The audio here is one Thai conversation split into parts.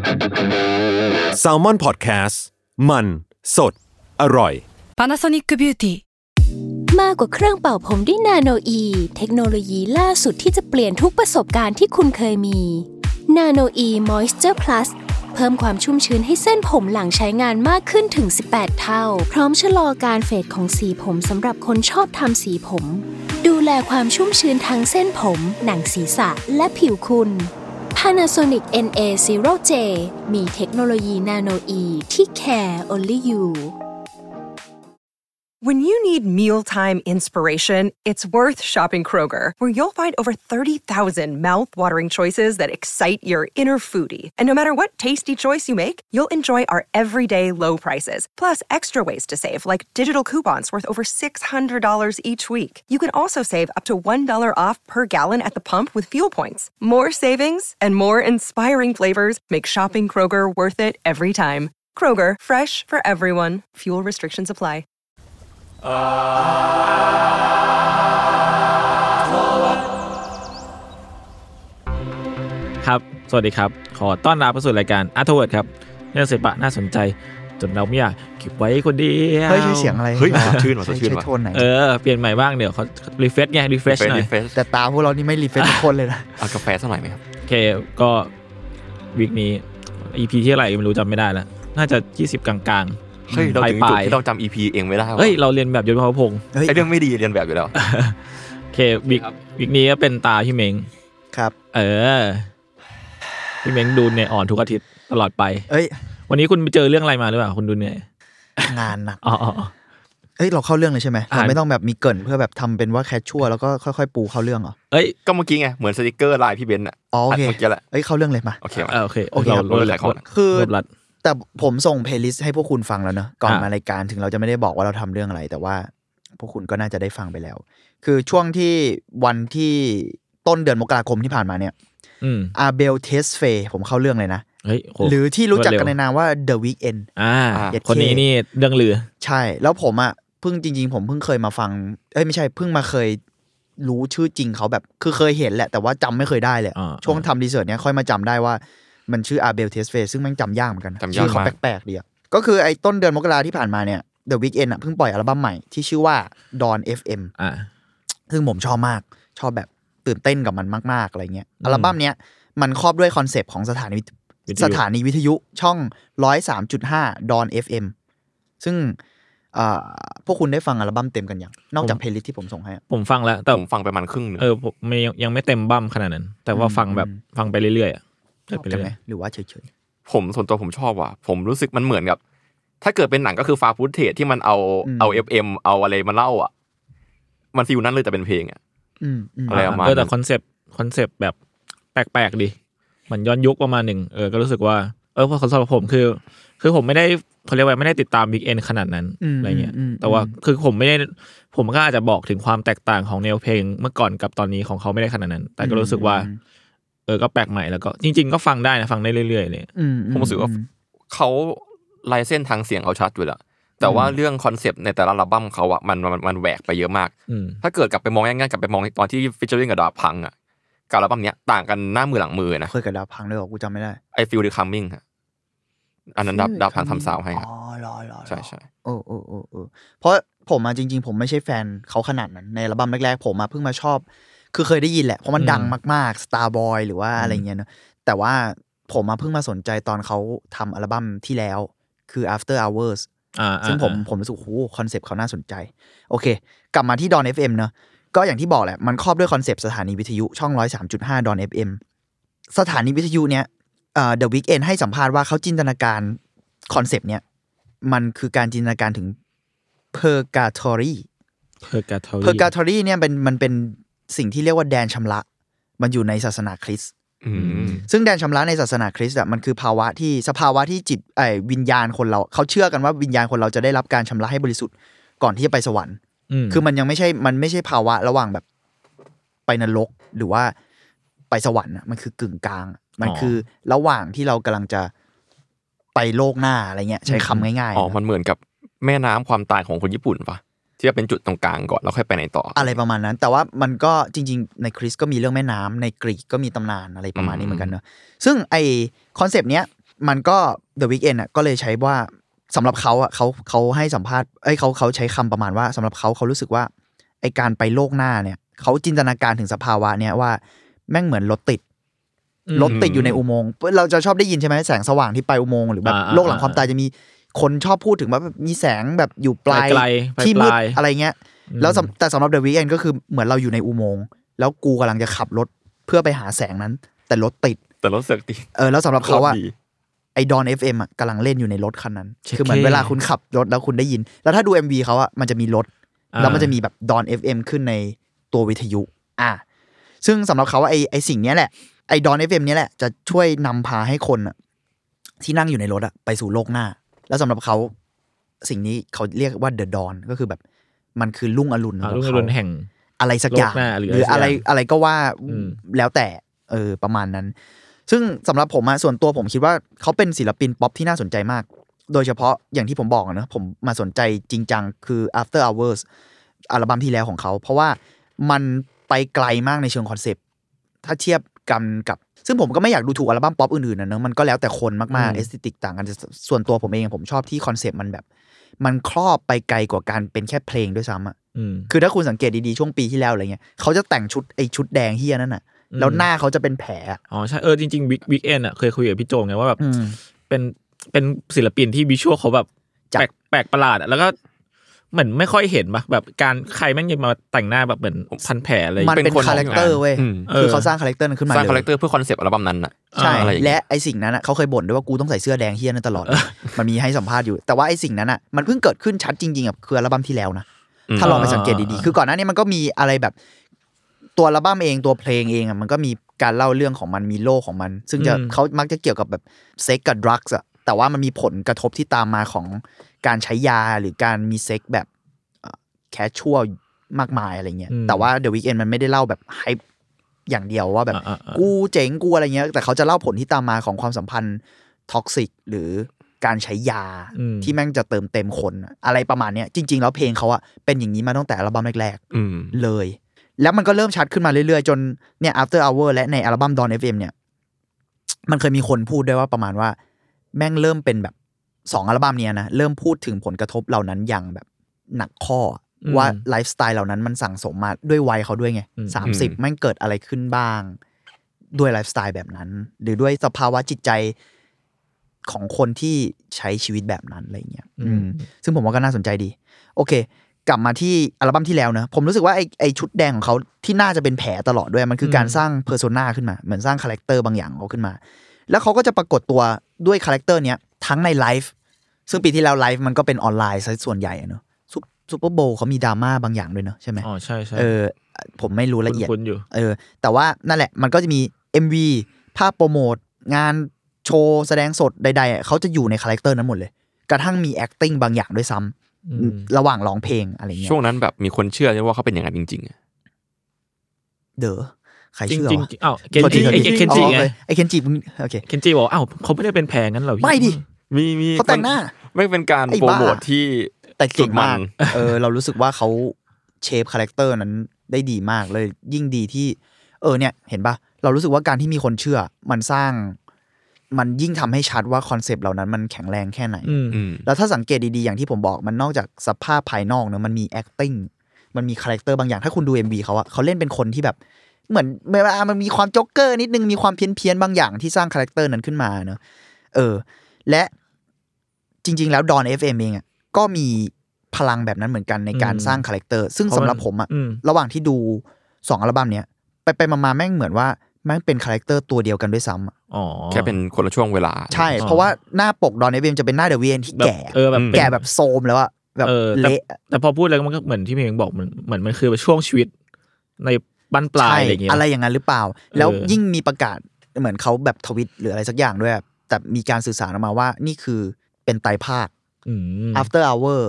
Salmon Podcast มันสดอร่อย Panasonic Beauty มากกว่าเครื่องเป่าผมด้วยนาโนอีเทคโนโลยีล่าสุดที่จะเปลี่ยนทุกประสบการณ์ที่คุณเคยมีนาโนอีมอยส์เจอร์พลัสเพิ่มความชุ่มชื้นให้เส้นผมหลังใช้งานมากขึ้นถึง18เท่าพร้อมชะลอการเฟดของสีผมสำหรับคนชอบทำสีผมดูแลความชุ่มชื้นทั้งเส้นผมหนังศีรษะและผิวคุณ Panasonic NA0J มีเทคโนโลยีนาโนอีที่ care only you When you need mealtime inspiration, it's worth shopping Kroger, where you'll find over 30,000 mouth-watering choices that excite your inner foodie. And no matter what tasty choice you make, you'll enjoy our everyday low prices, plus extra ways to save, like digital coupons worth over $600 each week. You can also save up to $1 off per gallon at the pump with fuel points. More savings and more inspiring flavors make shopping Kroger worth it every time. Kroger, fresh for everyone. Fuel restrictions apply. ครับสวัสดีครับขอต้อนรับเข้าสู่รายการ Artwork ครับเรื่องศิลปะน่าสนใจจนเราไม่อยากเก็บไว้คนเดียวเฮ้ยใช้เสียงอะไรเฮ้ยชื่นว่ะชื่นว่ะโทนไหนเปลี่ยนใหม่บ้างเดี๋ยวเขารีเฟรชไงรีเฟรชหน่อยแต่ตาพวกเรานี่ไม่รีเฟรชทุกคนเลยนะเอากาแฟสักหน่อยมั้ยครับโอเคก็วีคนี้ EP ที่อะไรไม่รู้จำไม่ได้แล้วน่าจะ20กลางๆเฮ้ยเราถึงจุดที่เราจำ EP เองไม่ได้เฮ้ยเราเรียนแบบยศพพงษ์ไอ้เรื่องไม่ดีเรียนแบบอยู่แล้วโอเควีคนี้ก็เป็นตาพี่เม้งครับพี่เม้งดูเนี่ยอ่อนทุกอาทิตย์ตลอดไปวันนี้คุณไปเจอเรื่องอะไรมาหรือเปล่าคุณดูเนี่ยงานหนักเราเข้าเรื่องเลยใช่ไหมเราไม่ต้องแบบมีเกริ่นเพื่อแบบทำเป็นว่าแคชชัวแล้วก็ค่อยๆปูเข้าเรื่องเหรอก็เมื่อกี้ไงเหมือนสติกเกอร์ลายพี่เบนซ์อ่ะโอเคเมื่อกี้แหละเข้าเรื่องเลยมาโอเคเราเลยคือแต่ผมส่งเพลย์ลิสต์ให้พวกคุณฟังแล้วเนอะก่อนมารายการถึงเราจะไม่ได้บอกว่าเราทำเรื่องอะไรแต่ว่าพวกคุณก็น่าจะได้ฟังไปแล้วคือช่วงที่วันที่ต้นเดือนมกราคมที่ผ่านมาเนี่ยอาเบลเทสเฟย์ผมเข้าเรื่องเลยนะหรือที่รู้จักกันในนามว่า The Weeknd คนนี้นี่เรื่องลือใช่แล้วผมอ่ะเพิ่งจริงๆผมเพิ่งเคยมาฟังไม่ใช่เพิ่งมาเคยรู้ชื่อจริงเขาแบบคือเคยเห็นแหละแต่ว่าจำไม่เคยได้เลยช่วงทำรีเสิร์ชเนี้ยค่อยมาจำได้ว่ามันชื่ออาเบลเทสเฟย์ซึ่งแม่งจำยากเหมือนกันชื่อเขาแปลกๆดีก็คือไอ้ต้นเดือนมกราที่ผ่านมาเนี่ย The Weeknd อ่ะเพิ่งปล่อยอัลบั้มใหม่ที่ชื่อว่า Dawn FM ซึ่งผมชอบมากชอบแบบตื่นเต้นกับมันมากๆอะไรเงี้ยอัลบั้มเนี้ยมันครอบด้วยคอนเซปต์ของสถานีวิทยุช่อง 103.5 Dawn FM ซึ่งพวกคุณได้ฟังอัลบั้มเต็มกันยังนอกจากเพลย์ลิสต์ที่ผมส่งให้ผมฟังแล้วแต่ผมฟังประมาณครึ่งนึงผมยังไม่เต็มบั้มขนาดนั้นแต่ว่าฟังไปเรื่อยๆไปเลยหรือว่าเฉยๆผมส่วนตัวผมชอบว่ะผมรู้สึกมันเหมือนกับถ้าเกิดเป็นหนังก็คือฟาฟูดเทจที่มันเอา FM เอาอะไรมาเล่าอ่ะมันฟีลนั้นเลยแต่เป็นเพลงอ่ะอะไรประมาณแต่คอนเซปต์แบบแปลกๆดิมันย้อนยุคประมาณนึงก็รู้สึกว่าพอสำหรับผมคือผมไม่ได้เขาเรียกว่าไม่ได้ติดตาม Big N ขนาดนั้นอะไรเงี้ยแต่ว่าคือผมก็อาจจะบอกถึงความแตกต่างของแนวเพลงเมื่อก่อนกับตอนนี้ของเขาไม่ได้ขนาดนั้นแต่ก็รู้สึกว่าก็แปลกใหม่แล้วก็จริงๆก็ฟังได้นะฟังได้เรื่อยๆเลยผมรู้สึกว่าเขาลายเส้นทางเสียงเขาชัดอยู่แล้วแต่ว่าเรื่องคอนเซปต์ในแต่ละอัลบั้มเขาอะมันแหวกไปเยอะมากถ้าเกิดกลับไปมองง่ายๆกลับไปมองตอนที่ฟีเจอริ่งกับดาบพังอะกับอัลบั้มเนี้ยต่างกันหน้ามือหลังมือนะเคยกับดาบพังด้วยหรอกูจำไม่ได้ I Feel the Coming ฮะอันนั้นดาบพังทำซาวให้ใช่เพราะผมจริงๆผมไม่ใช่แฟนเขาขนาดนั้นในอัลบั้มแรกๆผมเพิ่งมาชอบคือเคยได้ยินแหละเพราะมันดังมากๆ Starboy หรือว่าอะไรเงี้ยเนอะแต่ว่าผมเพิ่งมาสนใจตอนเขาทำอัลบั้มที่แล้วคือ After Hours ซึ่งผมรู้สึกโหคอนเซปต์เขาน่าสนใจโอเคกลับมาที่ Dawn FM เนอะก็อย่างที่บอกแหละมันครอบด้วยคอนเซปต์สถานีวิทยุช่อง 103.5 Dawn FM สถานีวิทยุเนี้ยThe Weeknd ให้สัมภาษณ์ว่าเขาจินตนาการคอนเซปต์เนี้ยมันคือการจินตนาการถึง Purgatory เนี่ยมันเป็นสิ่งที่เรียกว่าแดนชำระมันอยู่ในศาสนาคริสต์ซึ่งแดนชำระในศาสนาคริสต์มันคือสภาวะที่จิตวิญญาณคนเราเขาเชื่อกันว่าวิญญาณคนเราจะได้รับการชำระให้บริสุทธิ์ก่อนที่จะไปสวรรค์คือมันไม่ใช่ภาวะระหว่างแบบไปนรกหรือว่าไปสวรรค์มันคือกึ่งกลางมันคือระหว่างที่เรากำลังจะไปโลกหน้าอะไรเงี้ยใช้คำง่ายๆมันเหมือนกับแม่น้ำความตายของคนญี่ปุ่นปะที่จะเป็นจุดตรงกลางก่อนแล้วค่อยไปไหนต่ออะไรประมาณนั้นแต่ว่ามันก็จริงๆในคริสก็มีเรื่องแม่น้ำในกรีกก็มีตำนานอะไรประมาณนี้เหมือนกันเนอะซึ่งไอคอนเซปต์เนี้ยมันก็ The Weeknd อ่ะก็เลยใช้ว่าสำหรับเขาอ่ะเขาให้สัมภาษณ์เขาใช้คำประมาณว่าสำหรับเขารู้สึกว่าไอการไปโลกหน้าเนี่ยเขาจินตนาการถึงสภาวะเนี่ยว่าแม่งเหมือนรถติดอยู่ในอุโมงค์เราจะชอบได้ยินใช่ไหมแสงสว่างที่ไปอุโมงค์หรือแบบโลกหลังความตายจะมีคนชอบพูดถึงว่ามีแสงแบบอยู่ปลายที่มืดอะไรเงี้ยแล้วแต่สำหรับ The Weeknd ก็คือเหมือนเราอยู่ในอุโมงค์แล้วกูกำลังจะขับรถเพื่อไปหาแสงนั้นแต่รถติดเสือกติดแล้วสำหรับเขาอะไอดอน FM อ่ะกำลังเล่นอยู่ในรถคันนั้นคือเหมือนเวลาคุณขับรถแล้วคุณได้ยินแล้วถ้าดู MV เขาอ่ะมันจะมีรถแล้วมันจะมีแบบดอน FM ขึ้นในตัววิทยุซึ่งสำหรับเขาว่าไอสิ่งนี้แหละไอดอน FM นี้แหละจะช่วยนำพาให้คนอ่ะที่นั่งอยู่ในรถอ่ะไปสู่โลกหน้าแล้วสำหรับเขาสิ่งนี้เขาเรียกว่า The Dawn ก็คือแบบมันคือรุ่งอรุณรุ่งอรุณแห่งอะไรสักอย่างหรืออะไรก็ว่าแล้วแต่ประมาณนั้นซึ่งสำหรับผมส่วนตัวผมคิดว่าเขาเป็นศิลปินป๊อปที่น่าสนใจมากโดยเฉพาะอย่างที่ผมบอกนะผมมาสนใจจริงจังคือ After Hours อัลบั้มที่แล้วของเขาเพราะว่ามันไปไกลมากในเชิงคอนเซปต์ถ้าเทียบกันกับซึ่งผมก็ไม่อยากดูถูกอัลบั้มป๊อปอื่นๆนะเนอะมันก็แล้วแต่คนมากๆเอสเธติกต่างกันส่วนตัวผมเองผมชอบที่คอนเซปต์มันแบบมันครอบไปไกลกว่าการเป็นแค่เพลงด้วยซ้ำคือถ้าคุณสังเกตดีๆช่วงปีที่แล้วอะไรเงี้ยเขาจะแต่งชุดแดงเฮียนั่นน่ะแล้วหน้าเขาจะเป็นแผลใช่จริงๆวิกเอนเคยคุยกับพี่โจงไงว่าแบบเป็นศิลปินที่วิชวลเขาแบบแปลกประหลาดแล้วก็เหมือนไม่ค่อยเห็นแบบการใครแม่งยังมาแต่งหน้าแบบเหมือนพันแผลอะไรมันเป็นคาแรคเตอร์เว้ยคือเขาสร้างคาแรคเตอร์นั้นขึ้นมาสร้างคาแรคเตอร์เพื่อคอนเซปต์อัลบั้มนั้นน่ะใช่และไอสิ่งนั้นเขาเคยบ่นด้วยว่ากูต้องใส่เสื้อแดงเฮี้ยนั่นตลอดมันมีให้สัมภาษณ์อยู่แต่ว่าไอสิ่งนั้นมันเพิ่งเกิดขึ้นชัดจริงๆคืออัลบั้มที่แล้วนะถ้าลองไปสังเกตดีๆคือก่อนหน้านี้มันก็มีอะไรแบบตัวอัลบั้มเองตัวเพลงเองมันก็มีการเล่าเรื่องของมันมีโลกของมันซึ่งเขามักจะเกี่ยวกับแบบเซ็กกับดรักส์แต่ว่ามันมีผลกระทบที่ตามมาของการใช้ยาหรือการมีเซ็กแบบแคชชัวลมากมายอะไรเงี้ยแต่ว่า The Weeknd มันไม่ได้เล่าแบบไฮป์อย่างเดียวว่าแบบกูเจ๋งกูอะไรเงี้ยแต่เขาจะเล่าผลที่ตามมาของความสัมพันธ์ท็อกซิกหรือการใช้ยาที่แม่งจะเติมเต็มคนอะไรประมาณนี้จริงๆแล้วเพลงเขาเป็นอย่างนี้มาตั้งแต่อัลบั้มแรกๆเลยแล้วมันก็เริ่มชัดขึ้นมาเรื่อยๆจนเนี่ย After Hour และในอัลบั้ม Dawn FM เนี่ยมันเคยมีคนพูดด้วยว่าประมาณว่าแม่งเริ่มเป็นแบบ2อัลบั้มเนี้ยนะเริ่มพูดถึงผลกระทบเหล่านั้นอย่างแบบหนักข้อว่าไลฟ์สไตล์เหล่านั้นมันสั่งสมมาด้วยวัยเขาด้วยไง30แม่งเกิดอะไรขึ้นบ้างด้วยไลฟ์สไตล์แบบนั้นหรือด้วยสภาวะจิตใจของคนที่ใช้ชีวิตแบบนั้นอะไรเงี้ยซึ่งผมว่าก็น่าสนใจดีโอเคกลับมาที่อัลบั้มที่แล้วนะผมรู้สึกว่าไอชุดแดงของเขาที่น่าจะเป็นแผลตลอดด้วยมันคือการสร้างเพอร์โซนาขึ้นมาเหมือนสร้างคาแรคเตอร์บางอย่างเขาขึ้นมาแล้วเขาก็จะปรากฏตัวด้วยคาแรคเตอร์เนี้ยทั้งในไลฟ์ซึ่งปีที่แล้วไลฟ์มันก็เป็นออนไลน์ซะส่วนใหญ่เนอะซูเปอร์โบว์เขามีดราม่าบางอย่างด้วยเนอะใช่ไหมใช่ผมไม่รู้ละเอียดอยู่แต่ว่านั่นแหละมันก็จะมี MV ภาพโปรโมทงานโชว์แสดงสดใดๆเขาจะอยู่ในคาแรคเตอร์นั้นหมดเลยกระทั่งมี acting บางอย่างด้วยซ้ำระหว่างร้องเพลงอะไรเงี้ยช่วงนั้นแบบมีคนเชื่อว่าเขาเป็นอย่างนั้นจริงๆเด้อใครเชื่อจริงๆเคนจิไอ้เคนจิมึงโอเคเคนจิบอกเขาไม่ได้เป็นแผลงั้นหรอไม่ดิมีเขาแต่งหน้าไม่เป็นการโปรโมทที่แต่เก่งมากเรารู้สึกว่าเขาเชฟคาแรคเตอร์นั้นได้ดีมากเลยยิ่งดีที่เนี่ยเห็นป่ะเรารู้สึกว่าการที่มีคนเชื่อมันยิ่งทำให้ชัดว่าคอนเซปต์เหล่านั้นมันแข็งแรงแค่ไหนแล้วถ้าสังเกตดีๆอย่างที่ผมบอกมันนอกจากสภาพภายนอกเนอะมันมี acting มันมีคาแรคเตอร์บางอย่างถ้าคุณดู MV เขาเล่นเป็นคนที่แบบเหมือนมันมีความจ็อกเกอร์นิดนึงมีความเพี้ยนๆบางอย่างที่สร้างคาแรคเตอร์นั้นขึ้นมาเนอะและจริงๆแล้ว Dawn FM เองก็มีพลังแบบนั้นเหมือนกันในการสร้างคาแรคเตอร์ซึ่งสำหรับผมระหว่างที่ดู2อัลบั้มเนี้ยไปมาแม่งเหมือนว่าแม่งเป็นคาแรคเตอร์ตัวเดียวกันด้วยซ้ำแค่เป็นคนละช่วงเวลาใช่เพราะว่าหน้าปก Dawn FM จะเป็นหน้าเดอะวีเอ็นที่แก่แก่แบบโซมแล้วแบบเละแต่พอพูดแล้วมันก็เหมือนที่พี่เองบอกเหมือนมันคือช่วงชีวิตในบั้นปลายอะไรอย่างเงี้ยอะไรอย่างนั้นหรือเปล่าแล้วยิ่งมีประกาศเหมือนเขาแบบทวิตหรืออะไรสักอย่างด้วยแต่มีการสื่อสารออกมาว่านี่คือเป็นไตรภาคAfter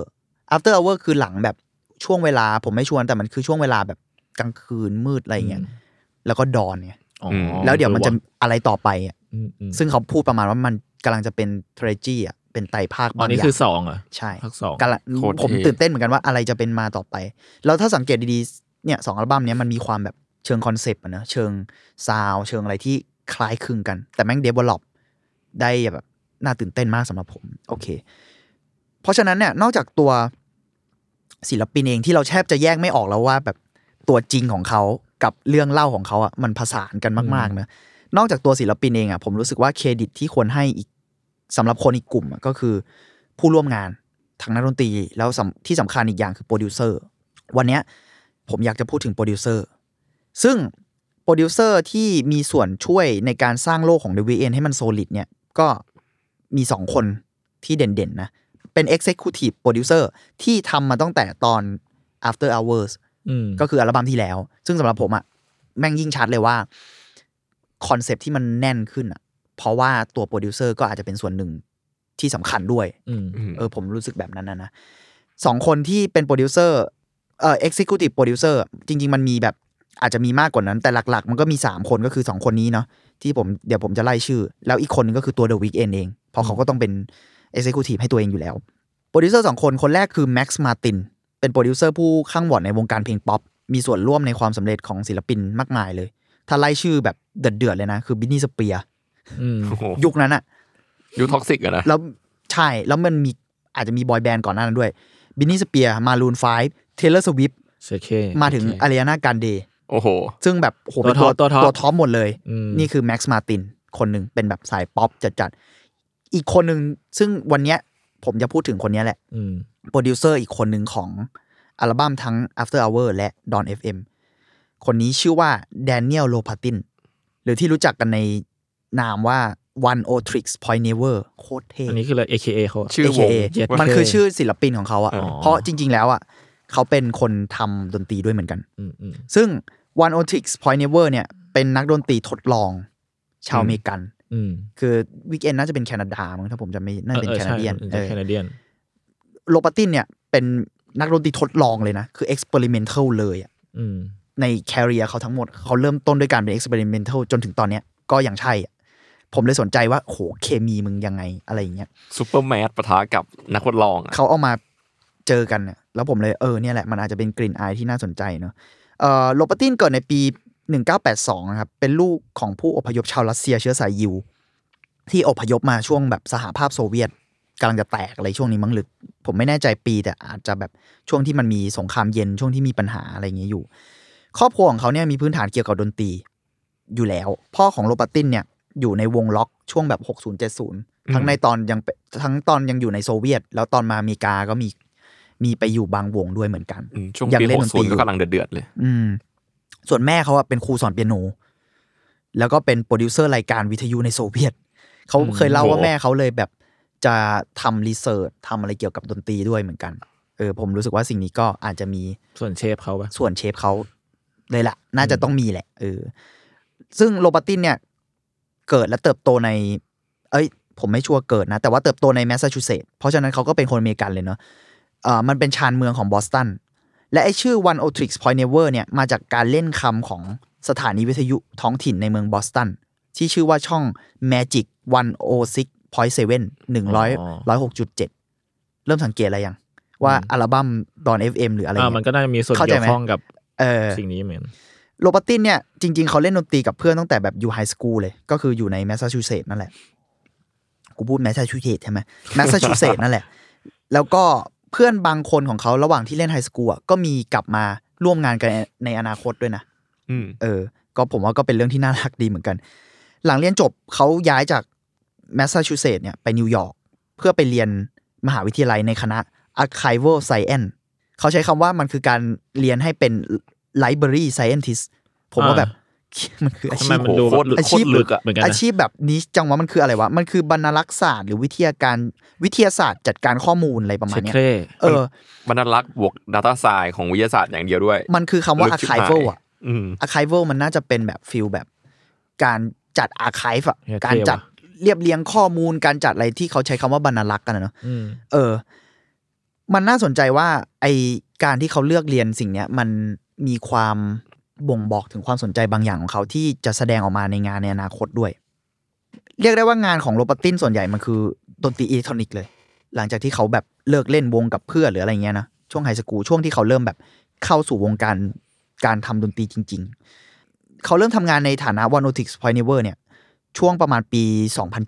Hour คือหลังแบบช่วงเวลาผมไม่ชวนแต่มันคือช่วงเวลาแบบกลางคืนมืดอะไรเงี้ยแล้วก็ดอนเนี่ยแล้วเดี๋ยวมันจะอะไรต่อไปซึ่งเขาพูดประมาณว่ามันกำลังจะเป็นเทรจีเป็นไตรภาคบางอย่างนี่คือ2อ่ะใช่ภาค2ผมตื่นเต้นเหมือนกันว่าอะไรจะเป็นมาต่อไปแล้วถ้าสังเกตดีๆเนี่ย2อัลบั้มเนี้ยมันมีความแบบเชิงคอนเซปต์นะเชิงซาวด์เชิงอะไรที่คล้ายคลึงกันแต่แม่งเดเวลลอปได้แบบน่าตื่นเต้นมากสำหรับผมโอเคเพราะฉะนั้นเนี่ยนอกจากตัวศิลปินเองที่เราแทบจะแยกไม่ออกแล้วว่าแบบตัวจริงของเขากับเรื่องเล่าของเขาอ่ะมันผสานกันมากๆนะนอกจากตัวศิลปินเองอ่ะผมรู้สึกว่าเครดิตที่ควรให้อีกสำหรับคนอีกกลุ่มก็คือผู้ร่วมงานทางนักดนตรีแล้วที่สำคัญอีกอย่างคือโปรดิวเซอร์วันนี้ผมอยากจะพูดถึงโปรดิวเซอร์ซึ่งโปรดิวเซอร์ที่มีส่วนช่วยในการสร้างโลกของ The Weeknd ให้มันโซลิดเนี่ยก็มี2คนที่เด่นๆนะเป็น Executive Producer ที่ทำมาตั้งแต่ตอน After Hours ก็คืออัลบั้มที่แล้วซึ่งสำหรับผมอะแม่งยิ่งชัดเลยว่าคอนเซปต์ที่มันแน่นขึ้นอะเพราะว่าตัวโปรดิวเซอร์ก็อาจจะเป็นส่วนหนึ่งที่สำคัญด้วยผมรู้สึกแบบนั้นนะ2คนที่เป็นโปรดิวเซอร์Executive Producer จริงๆมันมีแบบอาจจะมีมากกว่านั้นแต่หลักๆมันก็มี3คนก็คือ2คนนี้เนาะที่เดี๋ยวผมจะไล่ชื่อแล้วอีกคนนึงก็คือตัว The Weeknd เองเพราะเขาก็ต้องเป็น Executive ให้ตัวเองอยู่แล้วโปรดิวเซอร์2คนคนแรกคือ Max Martin เป็นโปรดิวเซอร์ผู้ข้างวอดในวงการเพลงป๊อปมีส่วนร่วมในความสำเร็จของศิลปินมากมายเลยถ้าไล่ชื่อแบบเดือดๆเลยนะคือ Britney Spears ยุคนั้นอะยุคท็อกซิกอะนะแล้วใช่แล้วมันมีอาจจะมีบอยแบนด์ก่อนหน้านั้นด้วย Britney Spears Maroon 5 Taylor Swift มาถึง Ariana Grande โอ้โหซึ่งแบบโหเป็นตัวท็อปหมดเลยนี่คือ Max Martin คนหนึ่งเป็นแบบสายป๊อปจัดๆอีกคนหนึ่งซึ่งวันเนี้ยผมจะพูดถึงคนนี้แหละโปรดิวเซอร์อีกคนหนึ่งของอัลบั้มทั้ง After Hour และ Dawn FM คนนี้ชื่อว่า Daniel Lopatin หรือที่รู้จักกันในนามว่า One O Tricks Point Never โคตรเท่อันนี้คืออะไร AKA เขาชื่อ AKA มันคือชื่อศิลปินของเขาอะเพราะจริงๆแล้วอะเขาเป็นคนทำดนตรีด้วยเหมือนกันซึ่ง One O Tricks Point Never เนี่ยเป็นนักดนตรีทดลองชาวอเมริกันคือ Weeknd น่าจะเป็นแคนาดามั้งถ้าผมจะไม่น่าเป็นแคนาเดียนโลปาตินเนี่ยเป็นนักดนตรีทดลองเลยนะคือ experimental เลยอ่ะใน career เขาทั้งหมดเขาเริ่มต้นด้วยการเป็น experimental จนถึงตอนเนี้ยก็ยังใช่ผมเลยสนใจว่าโหเคมีมึงยังไงอะไรอย่างเงี้ยซุปเปอร์แมทปะทะกับนักทดลองเขาเอามาเจอกันเนี่ยแล้วผมเลยเนี่ยแหละมันอาจจะเป็นกลิ่นอายที่น่าสนใจเนาะโลปาตินเกิดในปี1982นะครับเป็นลูกของผู้อพยพชาวรัสเซียเชื้อสายยิวที่อพยพมาช่วงแบบสหภาพโซเวียตกำลังจะแตกอะไรช่วงนี้มั้งหรือผมไม่แน่ใจปีแต่อาจจะแบบช่วงที่มันมีสงครามเย็นช่วงที่มีปัญหาอะไรอย่างเงี้ยอยู่ครอบครัวของเขาเนี่ยมีพื้นฐานเกี่ยวกับดนตรีอยู่แล้วพ่อของโลปาตินเนี่ยอยู่ในวงล็อกช่วงแบบ60-70ทั้งในตอนยังอยู่ในโซเวียตแล้วตอนมาอเมริกาก็มีไปอยู่บางวงด้วยเหมือนกันช่วงปี60ก็กำลังเดือดๆเลยส่วนแม่เขาเป็นครูสอนเปียโนแล้วก็เป็นโปรดิวเซอร์รายการวิทยุในโซเวียตเขาเคยเล่าว่าแม่เขาเลยแบบจะทำรีเสิร์ชทำอะไรเกี่ยวกับดนตรีด้วยเหมือนกันผมรู้สึกว่าสิ่งนี้ก็อาจจะมีส่วนเชฟเขาเลยแหละน่าจะต้องมีแหละซึ่งโลปาตินเนี่ยเกิดและเติบโตในผมไม่ชัวร์เกิดนะแต่ว่าเติบโตในแมสซาชูเซตส์เพราะฉะนั้นเขาก็เป็นคนอเมริกันเลยเนาะมันเป็นชานเมืองของบอสตันและไอ้ชื่อ One O Tricks Point Never เนี่ยมาจากการเล่นคำของสถานีวิทยุท้องถิ่นในเมืองบอสตันที่ชื่อว่าช่อง Magic 106.7 106.7 เริ่มสังเกตอะไรยังว่าอัลบั้ม Dawn FM หรืออะไรมันก็น่าจะมีส่วนเกี่ยวข้องกับสิ่งนี้เหมือนโลปาตินเนี่ยจริงๆเขาเล่นดนตรีกับเพื่อนตั้งแต่แบบอยู่ไฮสคูลเลยก็คืออยู่ในแมสซาชูเซตส์นั่นแหละกูพูดแมสซาชูเซตส์ใช่ไหมแมสซาชูเซตส์นั่นแหละแล้วก็เพื่อนบางคนของเขาระหว่างที่เล่นไฮสคูลก็มีกลับมาร่วมงานกันในอนาคตด้วยนะก็ผมว่าก็เป็นเรื่องที่น่ารักดีเหมือนกันหลังเรียนจบเขาย้ายจากแมสซาชูเซตส์เนี่ยไปนิวยอร์กเพื่อไปเรียนมหาวิทยาลัยในคณะ Archival Science เขาใช้คำว่ามันคือการเรียนให้เป็น Library Scientist ผมว่าแบบมันคืออาชีพอาชีพลึกอ่ะอาชีพแบบนี้จังว่ามันคืออะไรวะมันคือบรรณารักษศาสตร์หรือวิทยาศาสตร์จัดการข้อมูลอะไรประมาณนี้บรรณารักษ์บวก Data Science ของวิทยาศาสตร์อย่างเดียวด้วยมันคือคำว่า Archival อ่ะArchival มันน่าจะเป็นแบบฟีลแบบการจัด Archive อ่ะการจัดเรียบเรียงข้อมูลการจัดอะไรที่เขาใช้คำว่าบรรณารักษ์กันเนาะมันน่าสนใจว่าไอการที่เขาเลือกเรียนสิ่งเนี้ยมันมีความบ่งบอกถึงความสนใจบางอย่างของเขาที่จะแสดงออกมาในงานในอนาคตด้วยเรียกได้ว่างานของโลปาตินส่วนใหญ่มันคือดนตรีอิเล็กทรอนิกส์เลยหลังจากที่เขาแบบเลิกเล่นวงกับเพื่อนหรืออะไรเงี้ยนะช่วงไฮสคูลช่วงที่เขาเริ่มแบบเข้าสู่วงการทำดนตรีจริงๆเขาเริ่มทำงานในฐานะ One O Tricks Point Never เนี่ยช่วงประมาณปี2007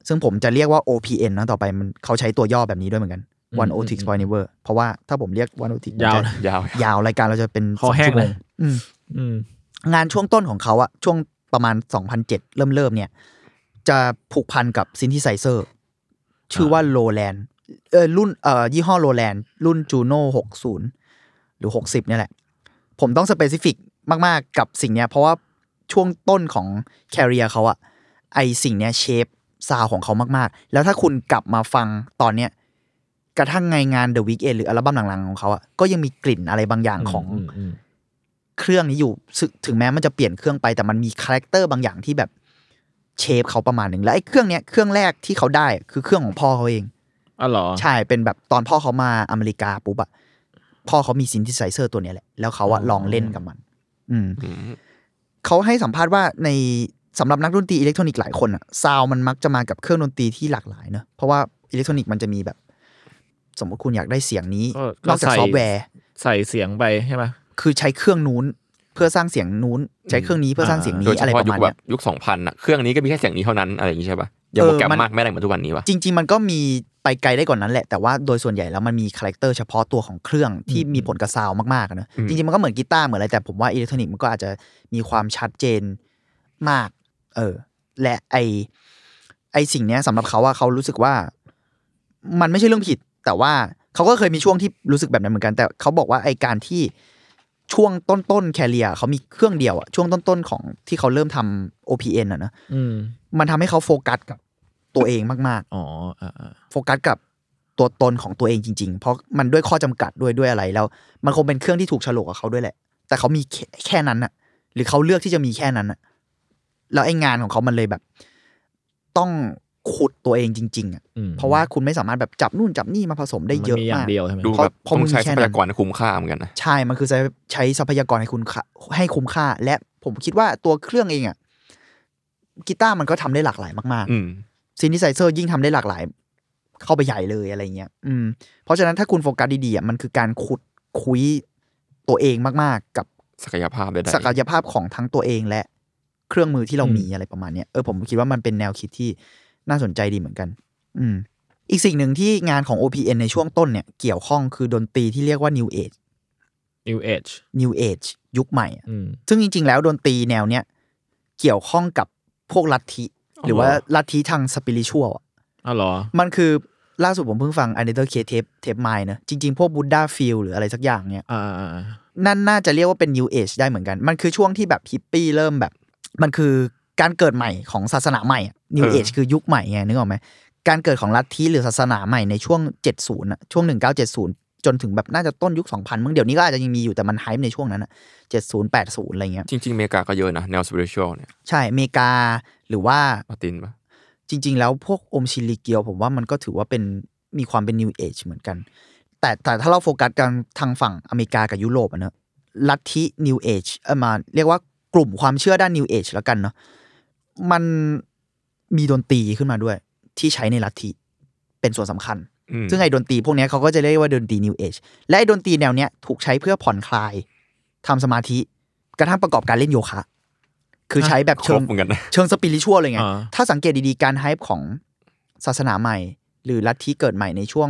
ซึ่งผมจะเรียกว่า OPN นะต่อไปมันเขาใช้ตัวย่อแบบนี้ด้วยเหมือนกัน One Otic Spoil Never เพราะว่าถ้าผมเรียก One Otic ยาวรายการเราจะเป็น2 ชั่วโมงงานช่วงต้นของเขาอะช่วงประมาณ2007เริ่มเนี่ยจะผูกพันกับซินธิไซเซอร์ชื่อว่า Lowland รุ่นยี่ห้อ Lowland รุ่น Juno 60หรือ60เนี่ยแหละผมต้องสเปซิฟิกมากๆกับสิ่งเนี้ยเพราะว่าช่วงต้นของแคเรียเขาอะไอสิ่งเนี้ยเชฟซาวของเขามากๆแล้วถ้าคุณกลับมาฟังตอนเนี้ยกระทั่งงาน The Weeknd หรืออัลบั้มหลังๆของเขาอะก็ยังมีกลิ่นอะไรบางอย่างของเครื่องนี้อยู่ถึงแม้มันจะเปลี่ยนเครื่องไปแต่มันมีคาแรคเตอร์บางอย่างที่แบบเชฟเขาประมาณนึงแล้วไอ้เครื่องเนี้ยเครื่องแรกที่เขาได้คือเครื่องของพ่อเขาเองอ๋อเหรอใช่เป็นแบบตอนพ่อเขามาอเมริกาปุ๊บอะพ่อเขามีซินธิไซเซอร์ตัวเนี้ยแหละแล้วเขาอะลองเล่นกับมันเขาให้สัมภาษณ์ว่าในสำหรับนักดนตรีอิเล็กทรอนิกส์หลายคนอะซาวมันมักจะมากับเครื่องดนตรีที่หลากหลายเนอะเพราะว่าอิเล็กทรอนิกส์มันจะมีแบบสมมติคุณอยากได้เสียงนี้นอกจากซอฟต์แวร์ใส่เสียงไปใช่ไหมคือใช้เครื่องนู้นเพื่อสร้างเสียงนู้นใช้เครื่องนี้เพื่อสร้างเสียงนี้อะไรประมาณนี้ยุค 2000 น่ะเครื่องนี้ก็มีแค่เสียงนี้เท่านั้นอะไรอย่างงี้ใช่ป่ะยังโปรแกรมมากไม่ได้เหมือนทุกวันนี้วะจริงๆมันก็มีไปไกลได้กว่านั้นแหละแต่ว่าโดยส่วนใหญ่แล้วมันมีคาแรคเตอร์เฉพาะตัวของเครื่องที่มีผลกับซาวด์มากๆนะจริงๆมันก็เหมือนกีตาร์เหมือนอะไรแต่ผมว่าอิเล็กทรอนิกส์มันก็อาจจะมีความชัดเจนมากและไอสิ่งเนี้ยสำหรับเขาว่าเขารู้สึกว่ามันไม่ใช่เรื่องผิดแต่ว่าเขาก็เคยมีช่วงที่รู้สึกแบบนั้นเหมือนกันแต่เขาบอกว่าไอการที่ช่วงต้นๆแคเรียเขามีเครื่องเดียวอะช่วงต้นๆของที่เขาเริ่มทำ OPN อะนะมันทำให้เขาโฟกัสกับตัวเองมากๆโฟกัสกับตัวตนของตัวเองจริงๆเพราะมันด้วยข้อจำกัดด้วยอะไรแล้วมันคงเป็นเครื่องที่ถูกโฉลกกับเขาด้วยแหละแต่เขามีแค่นั้นอะหรือเขาเลือกที่จะมีแค่นั้นอะแล้วไอ้งานของเขามันเลยแบบต้องขุดตัวเองจริงๆอ่ะเพราะว่าคุณไม่สามารถแบบจับนู่นจับนี่มาผสมได้เยอะมากดูแบบต้องใช้ทรัพยากรให้คุ้มค่าเหมือนกันนะใช่มันคือใช้ทรัพยากรให้คุ้มค่าและผมคิดว่าตัวเครื่องเองอ่ะกีตาร์มันก็ทำได้หลากหลายมากๆซินธิไซเซอร์ยิ่งทำได้หลากหลายเข้าไปใหญ่เลยอะไรเงี้ยเพราะฉะนั้นถ้าคุณโฟกัสดีๆอ่ะมันคือการขุดคุยตัวเองมากๆกับศักยภาพของทั้งตัวเองและเครื่องมือที่เรามีอะไรประมาณนี้ผมคิดว่ามันเป็นแนวคิดที่น่าสนใจดีเหมือนกันอีกสิ่งหนึ่งที่งานของ OPN ในช่วงต้นเนี่ยเกี่ยวข้องคือดนตรีที่เรียกว่า New Age ยุคใหม่ซึ่งจริงๆแล้วดนตรีแนวเนี้ยเกี่ยวข้องกับพวกลัทธิหรือว่าลัทธิทางสปิริชวลอ๋อเหรอมันคือล่าสุดผมเพิ่งฟัง Another K Tape Mine นะจริงๆพวก Buddha Feel หรืออะไรสักอย่างเนี่ยนั่นน่าจะเรียกว่าเป็น New Age ได้เหมือนกันมันคือช่วงที่แบบฮิปปี้เริ่มแบบมันคือการเกิดใหม่ของศาสนาใหม่ New Age คือยุคใหม่ไงนึกออกไหมการเกิดของลัทธิหรือศาสนาใหม่ในช่วง70น่ะช่วง1970จนถึงแบบน่าจะต้นยุค2000มึงเดี๋ยวนี้ก็อาจจะยังมีอยู่แต่มันไฮป์ในช่วงนั้นน่ะ70 80อะไรเงี้ยจริงๆอเมริกาก็เยอะนะแนว spiritual เนี่ยใช่อเมริกาหรือว่ามาตินป่ะจริงๆแล้วพวกอมชิลิเกียวผมว่ามันก็ถือว่าเป็นมีความเป็น New Age เหมือนกันแต่ถ้าเราโฟกัสกันทางฝั่งอเมริกากับยุโรปอ่ะเนอะลัทธิ New Age มาเรียกว่ากลุ่มความเชื่อด้าน New Age แล้วกันเนาะมันมีดนตรีขึ้นมาด้วยที่ใช้ในลัทธิเป็นส่วนสำคัญซึ่งไอ้ดนตรีพวกนี้เขาก็จะเรียกว่าดนตรี New Age และไอ้ดนตรีแนวเนี้ยถูกใช้เพื่อผ่อนคลายทำสมาธิกระทั่งประกอบการเล่นโยคะคือใช้แบบเชิงสปิริชวลเลยไงถ้าสังเกตดีๆการไฮป์ของศาสนาใหม่หรือลัทธิเกิดใหม่ในช่วง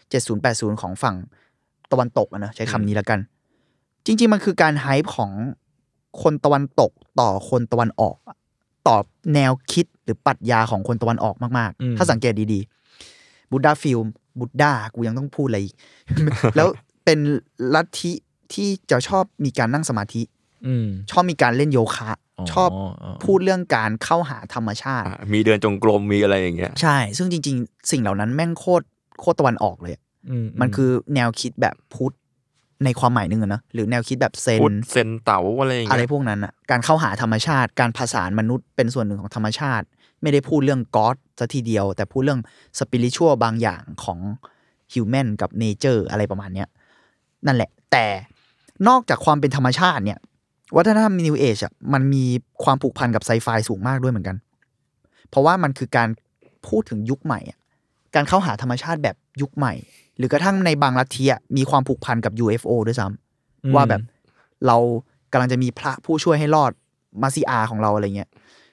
70-80ของฝั่งตะวันตกนะใช้คำนี้แล้วกันจริงๆมันคือการไฮป์ของคนตะวันตกต่อคนตะวันออกต่อแนวคิดหรือปรัชญาของคนตะวันออกมากๆถ้าสังเกตดีๆบุดดาฟิลมบุดดากูยังต้องพูดอะไรอีก แล้วเป็นลัทธิที่จะชอบมีการนั่งสมาธิชอบมีการเล่นโยคะชอบพูดเรื่องการเข้าหาธรรมชาติมีเดินจงกรมมีอะไรอย่างเงี้ยใช่ซึ่งจริงๆสิ่งเหล่านั้นแม่งโคตรตะวันออกเลยมันคือแนวคิดแบบพุทธในความหมายนึงนะหรือแนวคิดแบบเซนเต๋าอะไรอย่างเงี้ยอะไรพวกนั้นอ่ะการเข้าหาธรรมชาติการผสานมนุษย์เป็นส่วนหนึ่งของธรรมชาติไม่ได้พูดเรื่องก็อดซะทีเดียวแต่พูดเรื่องสปิริชวลบางอย่างของฮิวแมนกับเนเจอร์อะไรประมาณเนี้ยนั่นแหละแต่นอกจากความเป็นธรรมชาติเนี่ยวัฒนธรรมนิวเอจอ่ะมันมีความผูกพันกับไซไฟสูงมากด้วยเหมือนกันเพราะว่ามันคือการพูดถึงยุคใหม่อ่ะการเข้าหาธรรมชาติแบบยุคใหม่หรือกระทั่งในบางลัทธิมีความผูกพันกับ UFO ด้วยซ้ำว่าแบบเรากำลังจะมีพระผู้ช่วยให้รอดมาซีอาของเราอะไรเงี้ย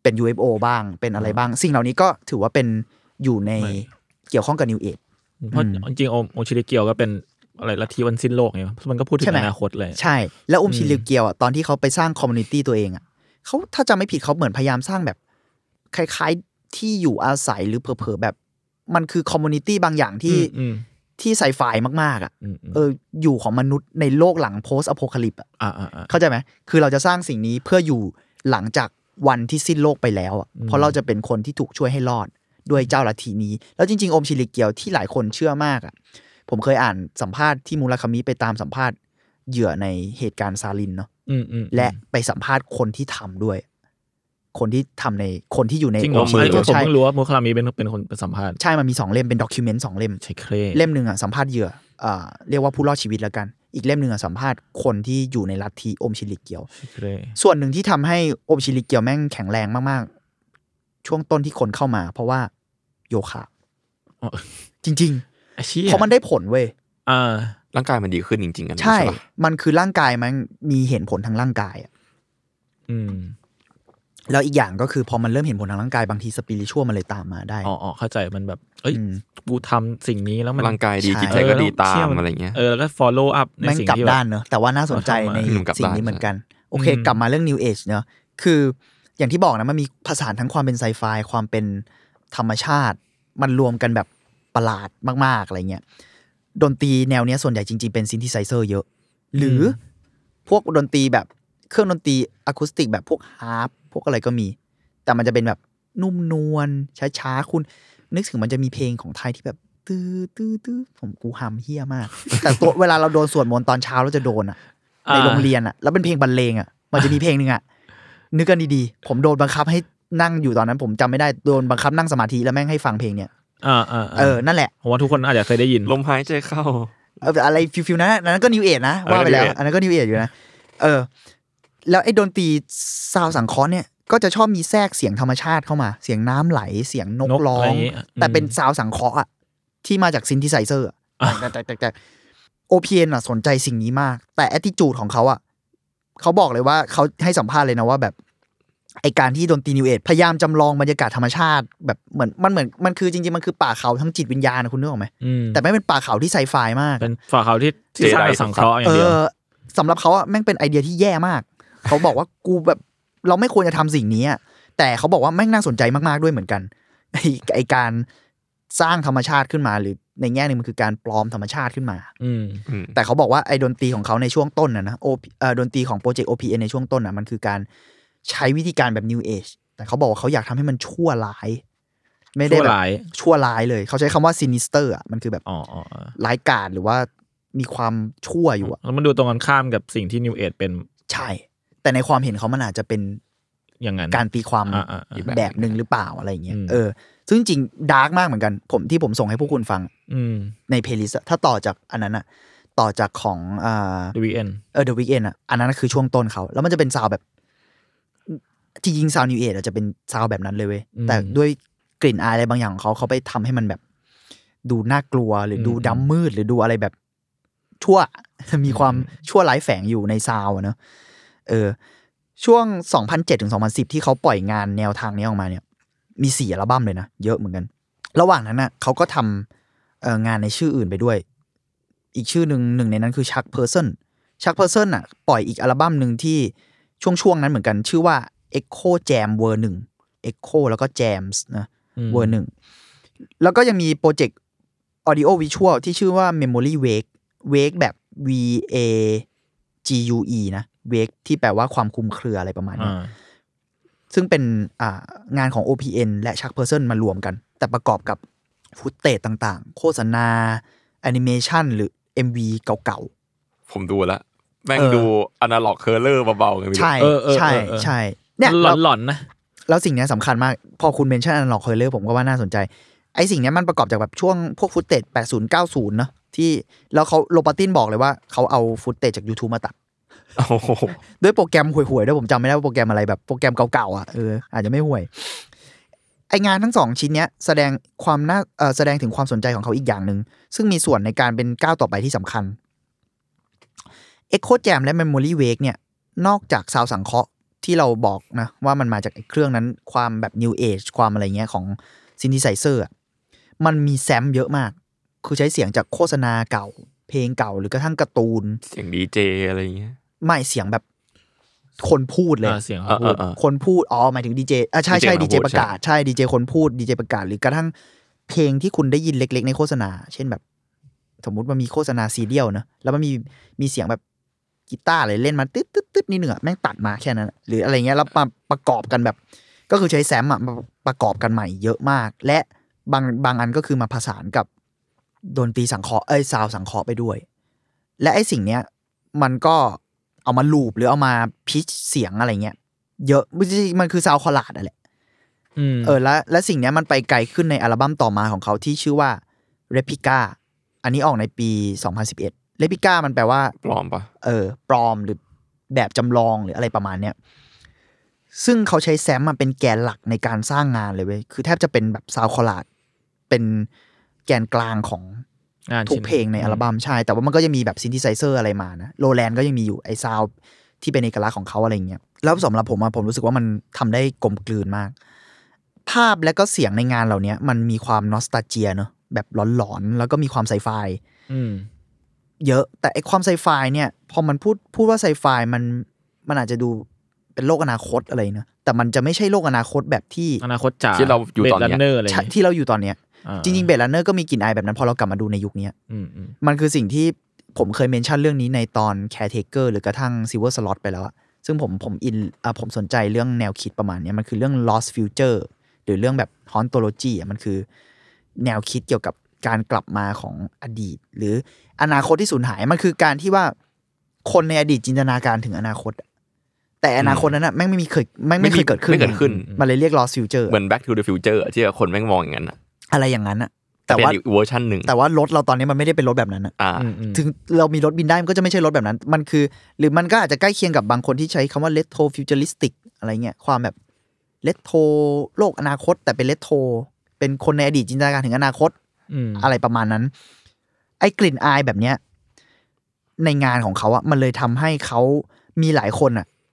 เป็น UFO บ้างเป็นอะไรบ้างสิ่งเหล่านี้ก็ถือว่าเป็นอยู่ในเกี่ยวข้องกับ New Age เพราะจริงๆโอชิริเกียวก็เป็นอะไรลัทธิวันสิ้นโลกไงมันก็พูดถึงอนาคตเลยใช่แล้วโอมชิริเกียวอ่ะตอนที่เขาไปสร้างคอมมูนิตี้ตัวเองอ่ะเขาถ้าจำไม่ผิดเขาเหมือนพยายามสร้างแบบคล้ายๆที่อยู่อาศัยหรือเผลอๆแบบมันคือคอมมูนิตี้บางอย่างที่ไซไฟมากๆอ่ะอยู่ของมนุษย์ในโลกหลังโพสต์อโพคาลิปอ่ะเข้าใจไหมคือเราจะสร้างสิ่งนี้เพื่ออยู่หลังจากวันที่สิ้นโลกไปแล้วอ่ะเพราะเราจะเป็นคนที่ถูกช่วยให้รอดด้วยเจ้าลัทธินี้แล้วจริงๆโอมชิริเกียวที่หลายคนเชื่อมากอ่ะผมเคยอ่านสัมภาษณ์ที่มูราคามิไปตามสัมภาษณ์เหยื่อในเหตุการณ์ซาลินเนาะและไปสัมภาษณ์คนที่ทำด้วยคนที่ทำในคนที่อยู่ในโอมชิริเกียวผมเพิ่งรู้ว่ามูราคามิเป็นคนไปสัมภาษณ์ใช่มันมี2เล่มเป็นด็อกิวเมนต์2เล่มเล่มนึงอ่ะสัมภาษณ์เหยื่อเรียกว่าผู้รอดชีวิตแล้วกันอีกเล่มนึงอ่ะสัมภาษณ์คนที่อยู่ในลัทธิโอมชิริเกียวส่วนหนึ่งที่ทำให้โอมชิริเกียวแม่งแข็งแรงมากๆช่วงต้นที่คนเข้ามาเพราะว่าโยคะจริงๆเพราะมันได้ผลเว้ยร่างกายมันดีขึ้นจริงๆกันใช่มันคือร่างกายมันมีเห็นผลทางร่างกายอ่ะแล้วอีกอย่างก็คือพอมันเริ่มเห็นผลทางร่างกายบางทีสปิริชวลมันเลยตามมาได้อ๋อเข้าใจมันแบบเอ้ยกูทำสิ่งนี้แล้วมันร่างกายดีจิตใจก็ดีตามอะไรเงี้ยแล้วก็ follow up ในสิ่งที่กลับด้านเนอะแต่ว่าน่าสนใจในสิ่งนี้เหมือนกันโอเคกลับมาเรื่อง New Age เนอะคืออย่างที่บอกนะมันมีผสานทั้งความเป็นไซไฟความเป็นธรรมชาติมันรวมกันแบบประหลาดมากๆอะไรเงี้ยดนตรีแนวนี้ส่วนใหญ่จริงๆเป็นซินธิไซเซอร์เยอะหรือพวกดนตรีแบบเครื่องดนตรีอะคูสติกแบบพวกฮาร์ปพวกอะไรก็มีแต่มันจะเป็นแบบนุ่มนวลช้าๆคุณนึกถึงมันจะมีเพลงของไทยที่แบบตื้อผมกูฮัมเฮี้ยมากแต่ตัวเวลาเราโดนสวดมนต์ตอนเช้าเราจะโดนอ่ะในโรงเรียนอ่ะแล้วเป็นเพลงบรรเลงอ่ะมันจะมีเพลงนึงอ่ะนึกกันดีๆผมโดนบังคับให้นั่งอยู่ตอนนั้นผมจำไม่ได้โดนบังคับนั่งสมาธิแล้วแม่งให้ฟังเพลงเนี้ยนั่นแหละผมว่าทุกคนอาจจะเคยได้ยินลมหายใจเข้าอะไรฟิวนั้นก็นิวเอจนะว่าไปแล้วอันนั้นก็นิวเอจอยู่นะแล้วไอ้ดนตรีซาวสังเคราะห์เนี่ยก็จะชอบมีแทรกเสียงธรรมชาติเข้ามาเสียงน้ำไหลเสียงนกร้องแต่เป็นซาวสังเคราะห์อ่ะที่มาจากซินธิไซเซอร์แต่ OPN อ่ะสนใจสิ่งนี้มากแต่ attitude ของเขาอ่ะเขาบอกเลยว่าเขาให้สัมภาษณ์เลยนะว่าแบบไอการที่ดนตรีนิวเอจพยายามจำลองบรรยากาศธรรมชาติแบบเหมือนมันคือจริงๆมันคือป่าเขาทั้งจิตวิญญาณนะคุณนึกออกไหมแต่ไม่เป็นป่าเขาที่ไซไฟมากเป็นป่าเขาที่สร้างสังเคราะห์อย่างเดียวสำหรับเขาอะแม่งเป็นไอเดียที่แย่มากเขาบอกว่ากูแบบเราไม่ควรจะทำสิ่งนี้แต่เขาบอกว่าแม่งน่าสนใจมากๆด้วยเหมือนกันไอการสร้างธรรมชาติขึ้นมาหรือในแง่นึงมันคือการปลอมธรรมชาติขึ้นมาแต่เขาบอกว่าไอดนตรีของเขาในช่วงต้นนะดนตรีของโปรเจกต์ OPN ในช่วงต้นมันคือการใช้วิธีการแบบ New Age แต่เขาบอกว่าเขาอยากทำให้มันชั่วร้ายไม่ได้แบบชั่วร้ายเลยเขาใช้คำว่า sinister อ่ะมันคือแบบร้ายกาจหรือว่ามีความชั่วอยู่อ่ะแล้วมันดูตรงกันข้ามกับสิ่งที่ New Age เป็นใช่แต่ในความเห็นเขามันอาจจะเป็นอย่างนั้นการตีความแบบนึงหรือเปล่าอะไรอย่างเงี้ยซึ่งจริงดาร์กมากเหมือนกันผมส่งให้พวกคุณฟังในเพลย์ลิสต์ถ้าต่อจากอันนั้นอ่ะต่อจากของ The Weeknd The Weeknd อ่ะอันนั้นคือช่วงต้นเขาแล้วมันจะเป็นซาวแบบจริงๆซาวนิวเอจจะเป็นซาวแบบนั้นเลยเว้ยแต่ด้วยกลิ่นอายอะไรบางอย่างของเขาไปทำให้มันแบบดูน่ากลัวหรือดูดำมืดหรือดูอะไรแบบชั่วมีความชั่วร้ายแฝงอยู่ในซาวเนอะช่วง 2007 ถึง 2010 ที่เขาปล่อยงานแนวทางนี้ออกมาเนี่ยมี4 อัลบั้มเลยนะเยอะเหมือนกันระหว่างนั้นน่ะเขาก็ทำงานในชื่ออื่นไปด้วยอีกชื่อหนึ่งในนั้นคือ Chuck Person น่ะปล่อยอีกอัลบั้มนึงที่ช่วงนั้นเหมือนกันชื่อว่า Echo Jam Ver 1 Echo แล้วก็ Jams นะ Ver 1แล้วก็ยังมีโปรเจกต์ Audio Visual ที่ชื่อว่า Memory Wake แบบ VAGUE นะ Wake ที่แปลว่าความคลุมเครืออะไรประมาณนี้ซึ่งเป็นงานของ OPN และ Chuck Person มารวมกันแต่ประกอบกับฟุตเทจต่างๆโฆษณาแอนิเมชันหรือ MV เก่าๆผมดูแล้วแม่งดูอนาล็อกเคอร์เลอร์เบาๆไงใช่ใช่เนี่ยหลอนๆนะแล้วสิ่งนี้สำคัญมากพอคุณเมนชั่นอนาล็อกเคอร์เลอร์ผมก็ว่าน่าสนใจไอ้สิ่งนี้มันประกอบจากแบบช่วงพวกฟุตเทจ80 90เนาะที่แล้วเขาโรบาตินบอกเลยว่าเขาเอาฟุตเทจจาก YouTube มาตัดด้วยโปรแกรมห่วยๆด้วยผมจำไม่ได้ว่าโปรแกรมอะไรแบบโปรแกรมเก่าๆอาจจะไม่ห่วยไองานทั้ง2ชิ้นเนี้ยแสดงถึงความสนใจของเขาอีกอย่างนึงซึ่งมีส่วนในการเป็นก้าวต่อไปที่สำคัญ Echo Jam และ Memory Wake เนี่ยนอกจากซาวสังเคราะห์ที่เราบอกนะว่ามันมาจากไอ้เครื่องนั้นความแบบ New Age ความอะไรเงี้ยของซินธิไซเซอร์มันมีแซมเยอะมากคือใช้เสียงจากโฆษณาเก่าเพลงเก่าหรือกระทั่งการ์ตูนเสียงดีเจอะไรเงี้ยไม่เสียงแบบคนพูดเลยเสียงคนพูดหมายถึงดีเจใช่ดีเจประกาศใช่ดีเจคนพูดดีเจประกาศหรือกระทั่งเพลงที่คุณได้ยินเล็กๆในโฆษณาเช่นแบบสมมุติมันมีโฆษณาซีเรียลนะแล้วมันมีเสียงแบบกีตาร์อะไรเล่นมาตึ๊ดๆๆนิดนึงแม่งตัดมาแค่นั้นหรืออะไรเงี้ยแล้วมาประกอบกันแบบก็คือใช้แซมมาประกอบกันใหม่เยอะมากและบางอันก็คือมาผสานกับดนตรีสังเคราะห์ซาวสังเคราะห์ไปด้วยและไอ้สิ่งเนี้ยมันก็เอามาลูปหรือเอามาพิชเสียงอะไรเงี้ยเยอะมันคือซาวคอลาดนั่นแหละและสิ่งเนี้ยมันไปไกลขึ้นในอัลบั้มต่อมาของเขาที่ชื่อว่า Replica อันนี้ออกในปี2011 Replica มันแปลว่าปลอมปะปลอมหรือแบบจำลองหรืออะไรประมาณเนี้ยซึ่งเขาใช้แซมมันเป็นแกนหลักในการสร้างงานเลยเว้ยคือแทบจะเป็นแบบซาวคอลาดเป็นแกนกลางของทุกเพลงในอัลบั้มใช่แต่ว่ามันก็จะมีแบบซินธิไซเซอร์อะไรมานะโรแลนด์ก็ยังมีอยู่ไอ้ซาวที่เป็นเอกลักษณ์ของเขาอะไรเงี้ยแล้วสำหรับผมรู้สึกว่ามันทำได้กลมกลืนมากภาพและก็เสียงในงานเหล่านี้มันมีความนอสตาเจียเนอะแบบหลอนๆแล้วก็มีความไซไฟเยอะแต่ไอ้ความไซไฟเนี่ยพอมันพูดว่าไซไฟมันอาจจะดูเป็นโลกอนาคตอะไรเนอะแต่มันจะไม่ใช่โลกอนาคตแบบที่อนาคตจ๋าที่เราอยู่ตอนนี้ที่เราอยู่ตอนเนี้ยจริงๆเบลลันเนอร์ก็มีกลิ่นอายแบบนั้นพอเรากลับมาดูในยุคนี้มันคือสิ่งที่ผมเคยเมนชั่นเรื่องนี้ในตอน Caretaker หรือกระทั่ง Silver Slot ไปแล้วซึ่งผมสนใจเรื่องแนวคิดประมาณนี้มันคือเรื่อง Lost Future หรือเรื่องแบบ Hauntology มันคือแนวคิดเกี่ยวกับการกลับมาของอดีตหรืออนาคตที่สูญหายมันคือการที่ว่าคนในอดีตจินตนาการถึงอนาคตแต่อนาคตนั้นน่ะแม่งไม่เคยเกิดขึ้นมันเลยเรียก Lost Future เหมือน Back to the Future ที่คนแม่งมองอย่างนั้นอะไรอย่างนั้นแต่ว่าเวอร์ชันนึงแต่ว่ารถเราตอนนี้มันไม่ได้เป็นรถแบบนั้นถึงเรามีรถบินได้มันก็จะไม่ใช่รถแบบนั้นมันคือหรือมันก็อาจจะใกล้เคียงกับบางคนที่ใช้คำว่า retro futuristic อะไรเงี้ยความแบบ retro โลกอนาคตแต่เป็น retro เป็นคนในอดีตจินตนาการถึงอนาคตอะไรประมาณนั้นไอ้กลิ่นอายแบบเนี้ยในงานของเขามันเลยทำให้เขามีหลายคน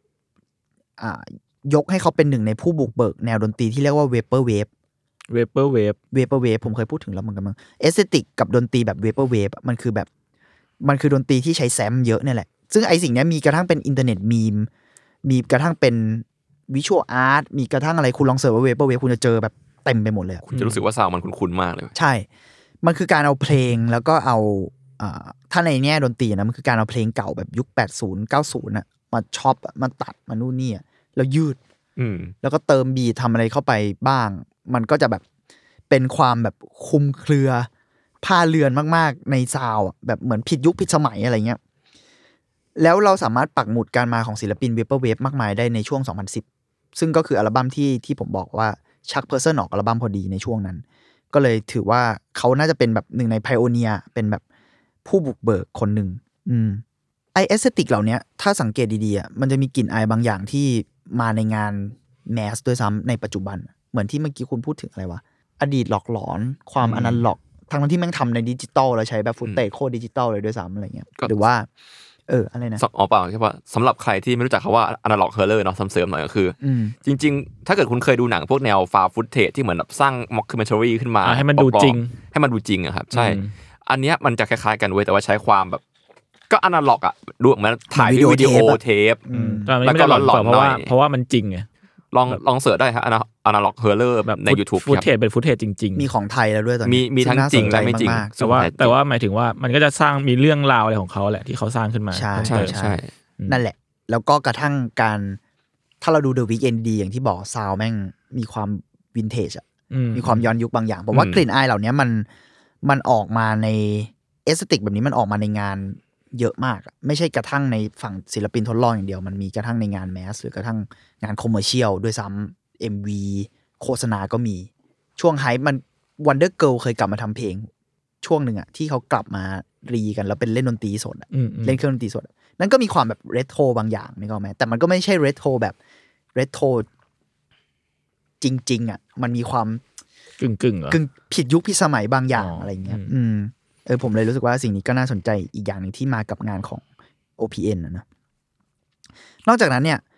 ยกให้เขาเป็นหนึ่งในผู้บุกเบิกแนวดนตรีที่เรียกว่า Vaporwave ผมเคยพูดถึงแล้วเหมือนกันมั้งเอสเธติกกับดนตรีแบบ Vaporwave มันคือดนตรีที่ใช้แซมเยอะเนี่ยแหละซึ่งไอสิ่งนี้มีกระทั่งเป็นอินเทอร์เน็ตมีมมีกระทั่งเป็นวิชวลอาร์ตมีกระทั่งอะไรคุณลองเสิร์ชว่า Vaporwave คุณจะเจอแบบเต็มไปหมดเลยคุณจะรู้สึกว่าซาวด์มันคุ้นๆมากเลยใช่มันคือการเอาเพลงแล้วก็เอาถ้าในแง่ดนตรีนะมันคือการเอาเพลงเก่าแบบยุค80 90มาช็อปมาตัดมานู่นนี่แล้วยืดแล้วก็เติมบีททำอะไรเข้าไปบ้างมันก็จะแบบเป็นความแบบคุมเครือผ้าเรือนมากๆในซาวแบบเหมือนผิดยุคผิดสมัยอะไรเงี้ยแล้วเราสามารถปักหมุดการมาของศิลปิน Vaporwave มากมายได้ในช่วง2010ซึ่งก็คืออัลบั้มที่ผมบอกว่าชักเพอร์เซนออกอัลบั้มพอดีในช่วงนั้นก็เลยถือว่าเขาน่าจะเป็นแบบหนึ่งในไพโอเนียร์เป็นแบบผู้บุกเบิกคนหนึ่งไอเอสเธติกเหล่านี้ถ้าสังเกตดีๆมันจะมีกลิ่นอายบางอย่างที่มาในงานแมสด้วยซ้ำในปัจจุบันเหมือนที่เมื่อกี้คุณพูดถึงอะไรวะอดีตหลอกหลอนความอนาล็อกทั้งที่แม่งทำในดิจิตอลแล้วใช้แบบฟุตเตจโคตรดิจิตอลเลยด้วยซ้ำอะไรเงี้ยหรือว่าอะไรนะเปล่าแค่ว่าสำหรับใครที่ไม่รู้จักคำว่า analog horror เนาะเสริมหน่อยก็คือจริงๆถ้าเกิดคุณเคยดูหนังพวกแนว found footage ที่เหมือนแบบสร้าง mockumentary ขึ้นมาให้มันดูจริงอะครับใช่อันเนี้ยมันจะคล้ายๆกันเว้ยแต่ว่าใช้ความแบบก็ analog ดูเหมือนถ่ายด้วยวิดีโอเทปแล้วก็หลอนๆเพราะว่ามันจริงไงลองเสิร์ชได้ครับ analog horror แบบใน YouTube ฟุตเทจเป็นฟุตเทจจริงๆมีของไทยแล้วด้วยตอนนี้มีทั้งจริงและไม่จริงแต่ว่าหมายถึงว่ามันก็จะสร้างมีเรื่องราวอะไรของเขาแหละที่เขาสร้างขึ้นมาใช่นั่นแหละแล้วก็กระทั่งการถ้าเราดู The Weeknd ดีอย่างที่บอกซาวแม่งมีความวินเทจมีความย้อนยุคบางอย่างผมว่ากลิ่นอายเหล่านี้มันออกมาในเอสเธติกแบบนี้มันออกมาในงานเยอะมากไม่ใช่กระทั่งในฝั่งศิลปินทดลองอย่างเดียวมันมีกระทั่งในงานแมสหรือกระทั่งงานคอมเมอร์เชียลด้วยซ้ำ MV โฆษณาก็มีช่วงไฮมัน Wonder Girl เคยกลับมาทำเพลงช่วงหนึ่งที่เขากลับมารีกันแล้วเป็นเล่นดนตรีสดเล่นเครื่องดนตรีสดนั่นก็มีความแบบเรโทรบางอย่างนึกออกไหมแต่มันก็ไม่ใช่เรโทรแบบเรโทรจริงๆมันมีความกึ่งผิดยุคผิดสมัยบางอย่างอะไรเงี้ยผมเลยรู้สึกว่าสิ่งนี้ก็น่าสนใจอีกอย่างหนึ่งที่มากับงานของ OPN นะนอกจากนั้นเนี่ย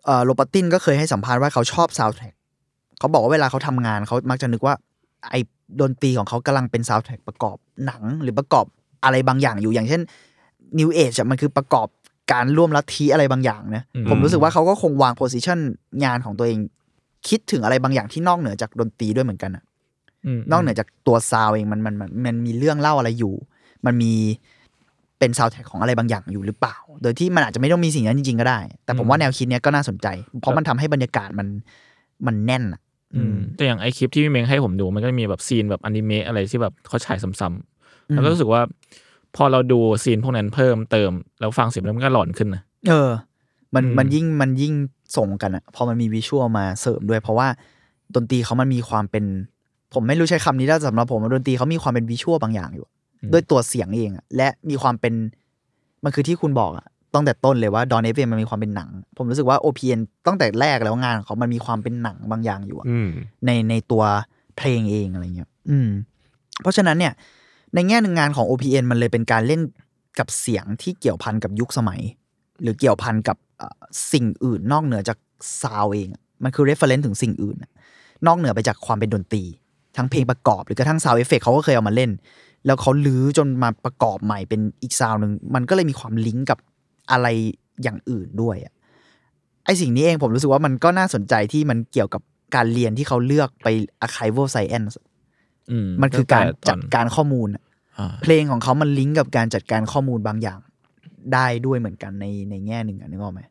โรบัตตินก็เคยให้สัมภาษณ์ว่าเขาชอบซาวด์แทร็กเขาบอกว่าเวลาเขาทำงานเขามักจะนึกว่าไอ้ดนตรีของเขากำลังเป็นซาวด์แทร็กประกอบหนังหรือประกอบอะไรบางอย่างอยู่อย่างเช่น New Age มันคือประกอบการร่วมลัทธิอะไรบางอย่างนะผมรู้สึกว่าเขาก็คงวางโพสิชันงานของตัวเองคิดถึงอะไรบางอย่างที่นอกเหนือจากดนตรีด้วยเหมือนกันนอกเหนือจากตัวซาวเองมันมีเรื่องเล่าอะไรอยู่มันมีเป็นซาวด์แทร็กของอะไรบางอย่างอยู่หรือเปล่าโดยที่มันอาจจะไม่ต้องมีสิ่งนั้นจริงๆก็ได้แต่ผมว่าแนวคิดเนี้ยก็น่าสนใจเพราะมันทำให้บรรยากาศมันแน่นแต่อย่างไอคลิปที่พี่เม้งให้ผมดูมันก็มีแบบซีนแบบอนิเมะอะไรที่แบบเขาฉายซ้ำๆแล้วก็รู้สึกว่าพอเราดูซีนพวกนั้นเพิ่มเติมแล้วฟังเสียงแล้วมันก็หลอนขึ้นนะมันยิ่งส่งกันอ่ะพอมันมีวิชวลมาเสริมด้วยเพราะว่าดนตรีเขามันมีความเป็นผมไม่รู้ใช้คำนี้ได้สำหรับผมดนตรีเขามีความเป็นวิชวลบางอย่างอยู่ด้วยตัวเสียงเองและมีความเป็นมันคือที่คุณบอกอ่ะตั้งแต่ต้นเลยว่าดอนเอฟเอ็มมันมีความเป็นหนังผมรู้สึกว่า OPN ตั้งแต่แรกแล้วงานของเขามันมีความเป็นหนังบางอย่างอยู่ในตัวเพลงเองอะไรเงี้ยเพราะฉะนั้นเนี่ยในแง่นึงงานของ OPN มันเลยเป็นการเล่นกับเสียงที่เกี่ยวพันกับยุคสมัยหรือเกี่ยวพันกับสิ่งอื่นนอกเหนือจากซาวเองมันคือ reference ถึงสิ่งอื่นนอกเหนือไปจากความเป็นดนตรีทั้งเพลงประกอบหรือกระทั่งซาวด์เอฟเฟคเขาก็เคยเอามาเล่นแล้วเขาลื้อจนมาประกอบใหม่เป็นอีกซาวนึงมันก็เลยมีความลิงก์กับอะไรอย่างอื่นด้วยไอสิ่งนี้เองผมรู้สึกว่ามันก็น่าสนใจที่มันเกี่ยวกับการเรียนที่เขาเลือกไป archival science มันคือการจัดการข้อมูลเพลงของเขามันลิงก์กับการจัดการข้อมูลบางอย่างได้ด้วยเหมือนกันในแง่หนึ่งนึกออกไหม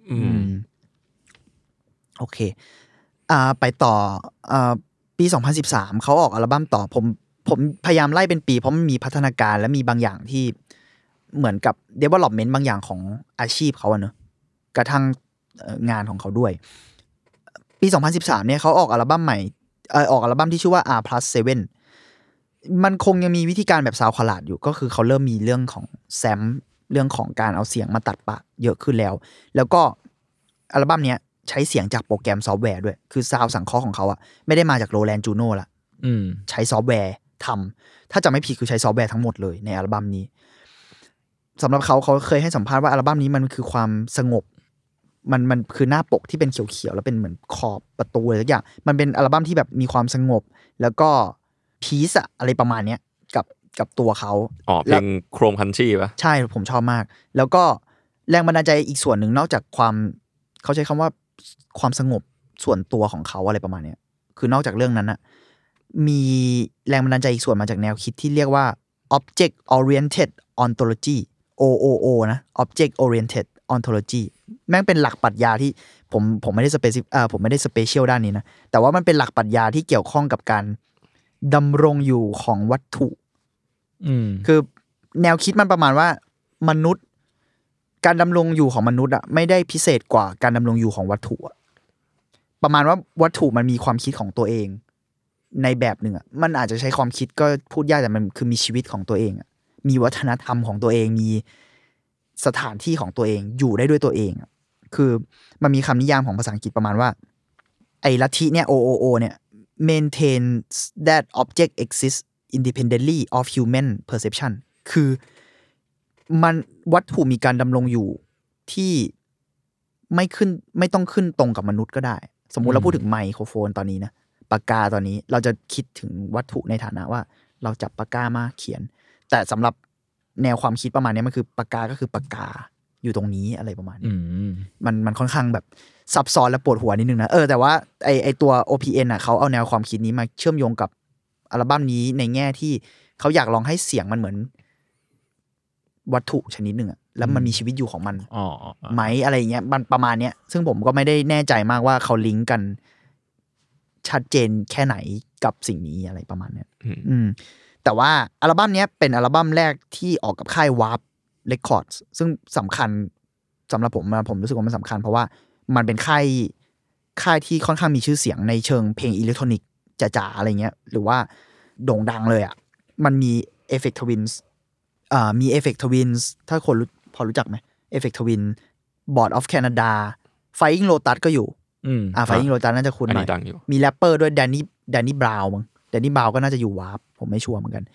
โอเคไปต่อปี2013เขาออกอัลบั้มต่อผมพยายามไล่เป็นปีเพราะมันมีพัฒนาการและมีบางอย่างที่เหมือนกับ development บางอย่างของอาชีพเขาเนอะกระทั่งงานของเขาด้วยปี2013เนี่ยเขาออกอัลบั้มใหม่ออกอัลบั้มที่ชื่อว่า R+7 มันคงยังมีวิธีการแบบซาวด์คอลลาจอยู่ก็คือเขาเริ่มมีเรื่องของแซมเรื่องของการเอาเสียงมาตัดปะเยอะขึ้นแล้วก็อัลบั้มเนี้ยใช้เสียงจากโปรแกรมซอฟต์แวร์ด้วยคือซาวด์สังเคราะห์ของเขาอะไม่ได้มาจากโรแลนด์จูโน่ละใช้ซอฟต์แวร์ทำถ้าจำไม่ผิดคือใช้ซอฟต์แวร์ทั้งหมดเลยในอัลบั้มนี้สำหรับเขาเคยให้สัมภาษณ์ว่าอัลบั้มนี้มันคือความสงบมันคือหน้าปกที่เป็นเขียวๆแล้วเป็นเหมือนขอบประตูอะไรสักอย่างมันเป็นอัลบั้มที่แบบมีความสงบแล้วก็พีซอะอะไรประมาณเนี้ยกับตัวเขาเพลงโครมคันทรีป่ะใช่ผมชอบมากแล้วก็แรงบันดาลใจอีกส่วนหนึ่งนอกจากความเขาใช้คำว่าความสงบส่วนตัวของเขาอะไรประมาณเนี้ยคือนอกจากเรื่องนั้นอะมีแรงบันดาลใจอีกส่วนมาจากแนวคิดที่เรียกว่า Object Oriented Ontology OOO นะ Object Oriented Ontology แม่งเป็นหลักปรัชญาที่ผมไม่ได้ผมไม่ได้สเปเชียลด้านนี้นะแต่ว่ามันเป็นหลักปรัชญาที่เกี่ยวข้องกับการดำรงอยู่ของวัตถุคือแนวคิดมันประมาณว่ามนุษย์การดำรงอยู่ของมนุษย์อะไม่ได้พิเศษกว่าการดำรงอยู่ของวัตถุประมาณว่าวัตถุมันมีความคิดของตัวเองในแบบหนึ่งอะมันอาจจะใช้ความคิดก็พูดยากแต่มันคือมีชีวิตของตัวเองอะมีวัฒนธรรมของตัวเองมีสถานที่ของตัวเองอยู่ได้ด้วยตัวเองอะคือมันมีคำนิยามของภาษาอังกฤษประมาณว่าไอ้ลัทธิเนี่ย OOO เนี่ย maintain that object exists independently of human perception คือมันวัตถุมีการดำรงอยู่ที่ไม่ต้องขึ้นตรงกับมนุษย์ก็ได้สมมุติเราพูดถึงไมโครโฟนตอนนี้นะปากกาตอนนี้เราจะคิดถึงวัตถุในฐานะว่าเราจับปากกามาเขียนแต่สำหรับแนวความคิดประมาณนี้มันคือปากกาก็คือปากกาอยู่ตรงนี้อะไรประมาณนี้มันค่อนข้างแบบซับซ้อนและปวดหัวนิดนึงนะแต่ว่าไอตัว OPN อ่ะเขาเอาแนวความคิดนี้มาเชื่อมโยงกับอัลบั้มนี้ในแง่ที่เขาอยากลองให้เสียงมันเหมือนวัตถุชนิดหนึ่งอ่ะแล้วมันมีชีวิตอยู่ของมันไหมอะไรเงี้ยมันประมาณเนี้ยซึ่งผมก็ไม่ได้แน่ใจมากว่าเขาลิงก์กันชัดเจนแค่ไหนกับสิ่งนี้อะไรประมาณเนี้ยแต่ว่าอัลบั้มนี้เป็นอัลบั้มแรกที่ออกกับค่าย Warp Records ซึ่งสำคัญสำหรับผมรู้สึกว่ามันสำคัญเพราะว่ามันเป็นค่ายที่ค่อนข้างมีชื่อเสียงในเชิงเพลงอิเล็กทรอนิกส์จ๋าๆอะไรเงี้ยหรือว่าโด่งดังเลยอ่ะมันมี Aphex Twins มี Aphex Twins ถ้าคนพอรู้จักไหม Aphex Twin Board of Canada Flying Lotus ก็อยู่Flying Lotus น่าจะคุ้นหน่อยมีแรปเปอร์ด้วยแดนนี่บราวน์มั้งแดนนี่บราวน์ก็น่าจะอยู่วาร์ปผมไม่ชัวร์เหมือนกัน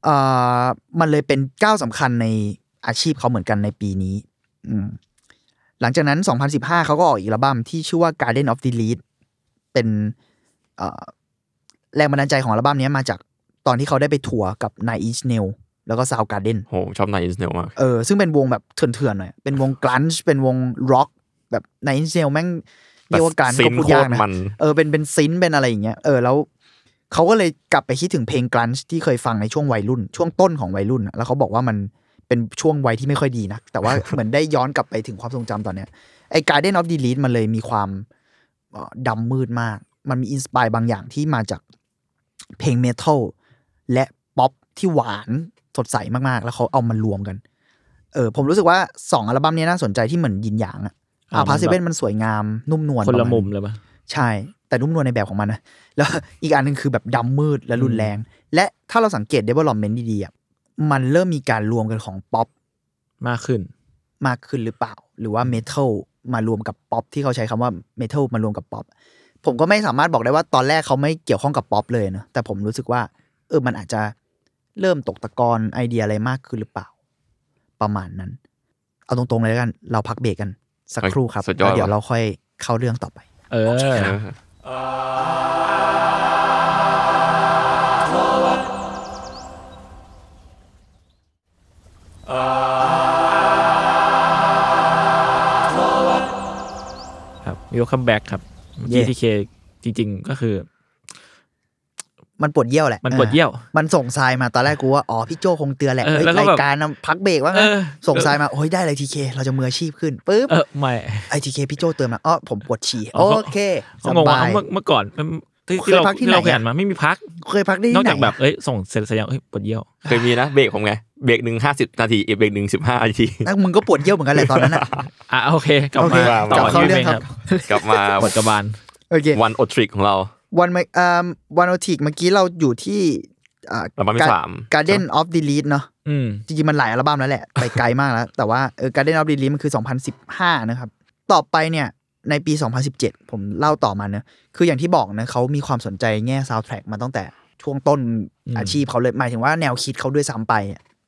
มันเลยเป็นก้าวสำคัญในอาชีพเขาเหมือนกันในปีนี้หลังจากนั้น2015เขาก็ออกอีกอัลบั้มที่ชื่อว่า Garden of Delete เป็นแรงบันดาลใจของอัลบั้มนี้มาจากตอนที่เขาได้ไปทัวร์กับ Nine Inch Nails แล้วก็ Soundgarden โหชอบ Nine Inch Nails มากซึ่งเป็นวงแบบเถื่อนๆหน่อยเป็นวงกรันช์เป็นวงร็อกแบบ Nine Inch Nails แม่งเรียกว่าการก็พูดยากนะเป็นซินเป็นอะไรอย่างเงี้ยแล้วเขาก็เลยกลับไปคิดถึงเพลงกรันช์ที่เคยฟังในช่วงวัยรุ่นช่วงต้นของวัยรุ่นแล้วเขาบอกว่ามันเป็นช่วงวัยที่ไม่ค่อยดีนะแต่ว่า เหมือนได้ย้อนกลับไปถึงความทรงจำตอนเนี้ยไอ้ Garden of Delete มันเลยมีความดำมืดมากมันมีอินสไปร์บางอย่างที่มาจากเพลงเมทัลและป๊อปที่หวานสดใสมากๆแล้วเขาเอามารวมกันผมรู้สึกว่า2อัลบั้มนี้น่าสนใจที่เหมือนยินหยางพาสเซเว่นมันสวยงามนุ่มนวลคนละมุมเลยป่ะใช่แต่นุ่มนวลในแบบของมันนะแล้วอีกอันนึงคือแบบดำมืดและรุนแรงและถ้าเราสังเกต development ดีๆมันเริ่มมีการรวมกันของป๊อปมากขึ้นหรือเปล่าหรือว่าเมทัลมารวมกับป๊อปที่เขาใช้คำว่าเมทัลมารวมกับป๊อปผมก็ไม่สามารถบอกได้ว่าตอนแรกเขาไม่เกี่ยวข้องกับป๊อปเลยนะแต่ผมรู้สึกว่ามันอาจจะเริ่มตกตะกอนไอเดียอะไรมากขึ้นหรือเปล่าประมาณนั้นเอาตรงๆเลยแล้วกันเราพักเบรกกันสักครู่ครับแล้วเดี๋ยวเราค่อยเข้าเรื่องต่อไปครับWelcome back ครับGTK จริงๆก็คือมันปวดเยี่ยวแหละมันปวดเยี่ยวมันส่งทรายมาตอนแรกกูว่าพี่โจคงเตือนแหละรายการพักเบรกว่างั้นส่งทรายมาโอ้ยได้เลย TK เราจะมืออาชีพขึ้นปึ๊บไม่ไอ้ TK พี่โจเตือนมาผมปวดฉี่โอเคสบายเมื่อก่อนที่เราเคยอ่านมาไม่มีพักเคยพักได้นอกจากแบบส่งเสร็จสัญญาณปวดเยี่ยวเคยมีนะเบรกผมไงเบรกนึง50นาทีอีกเบรกนึง15นาทีแล้วมึงก็ปวดเยี่ยวเหมือนกันแหละตอนนั้นน่ะโอเคกลับเข้าเรื่องครับกลับมาปวดกระบาลโอเควันโอทริกของเราวันโอทิกเมื่อกี้เราอยู่ที่อัลบั้มที่3 Garden of Delete เนาะจริงๆมันหลายอัลบั้มแล้วแหละไปไกลมากแล้วแต่ว่าGarden of Delete มันคือ2015นะครับต่อไปเนี่ยในปี2017ผมเล่าต่อมานะคืออย่างที่บอกนะเขามีความสนใจแง่ซาวด์แทร็กมาตั้งแต่ช่วงต้นอาชีพเขาเลยหมายถึงว่าแนวคิดเขาด้วยซ้ำไป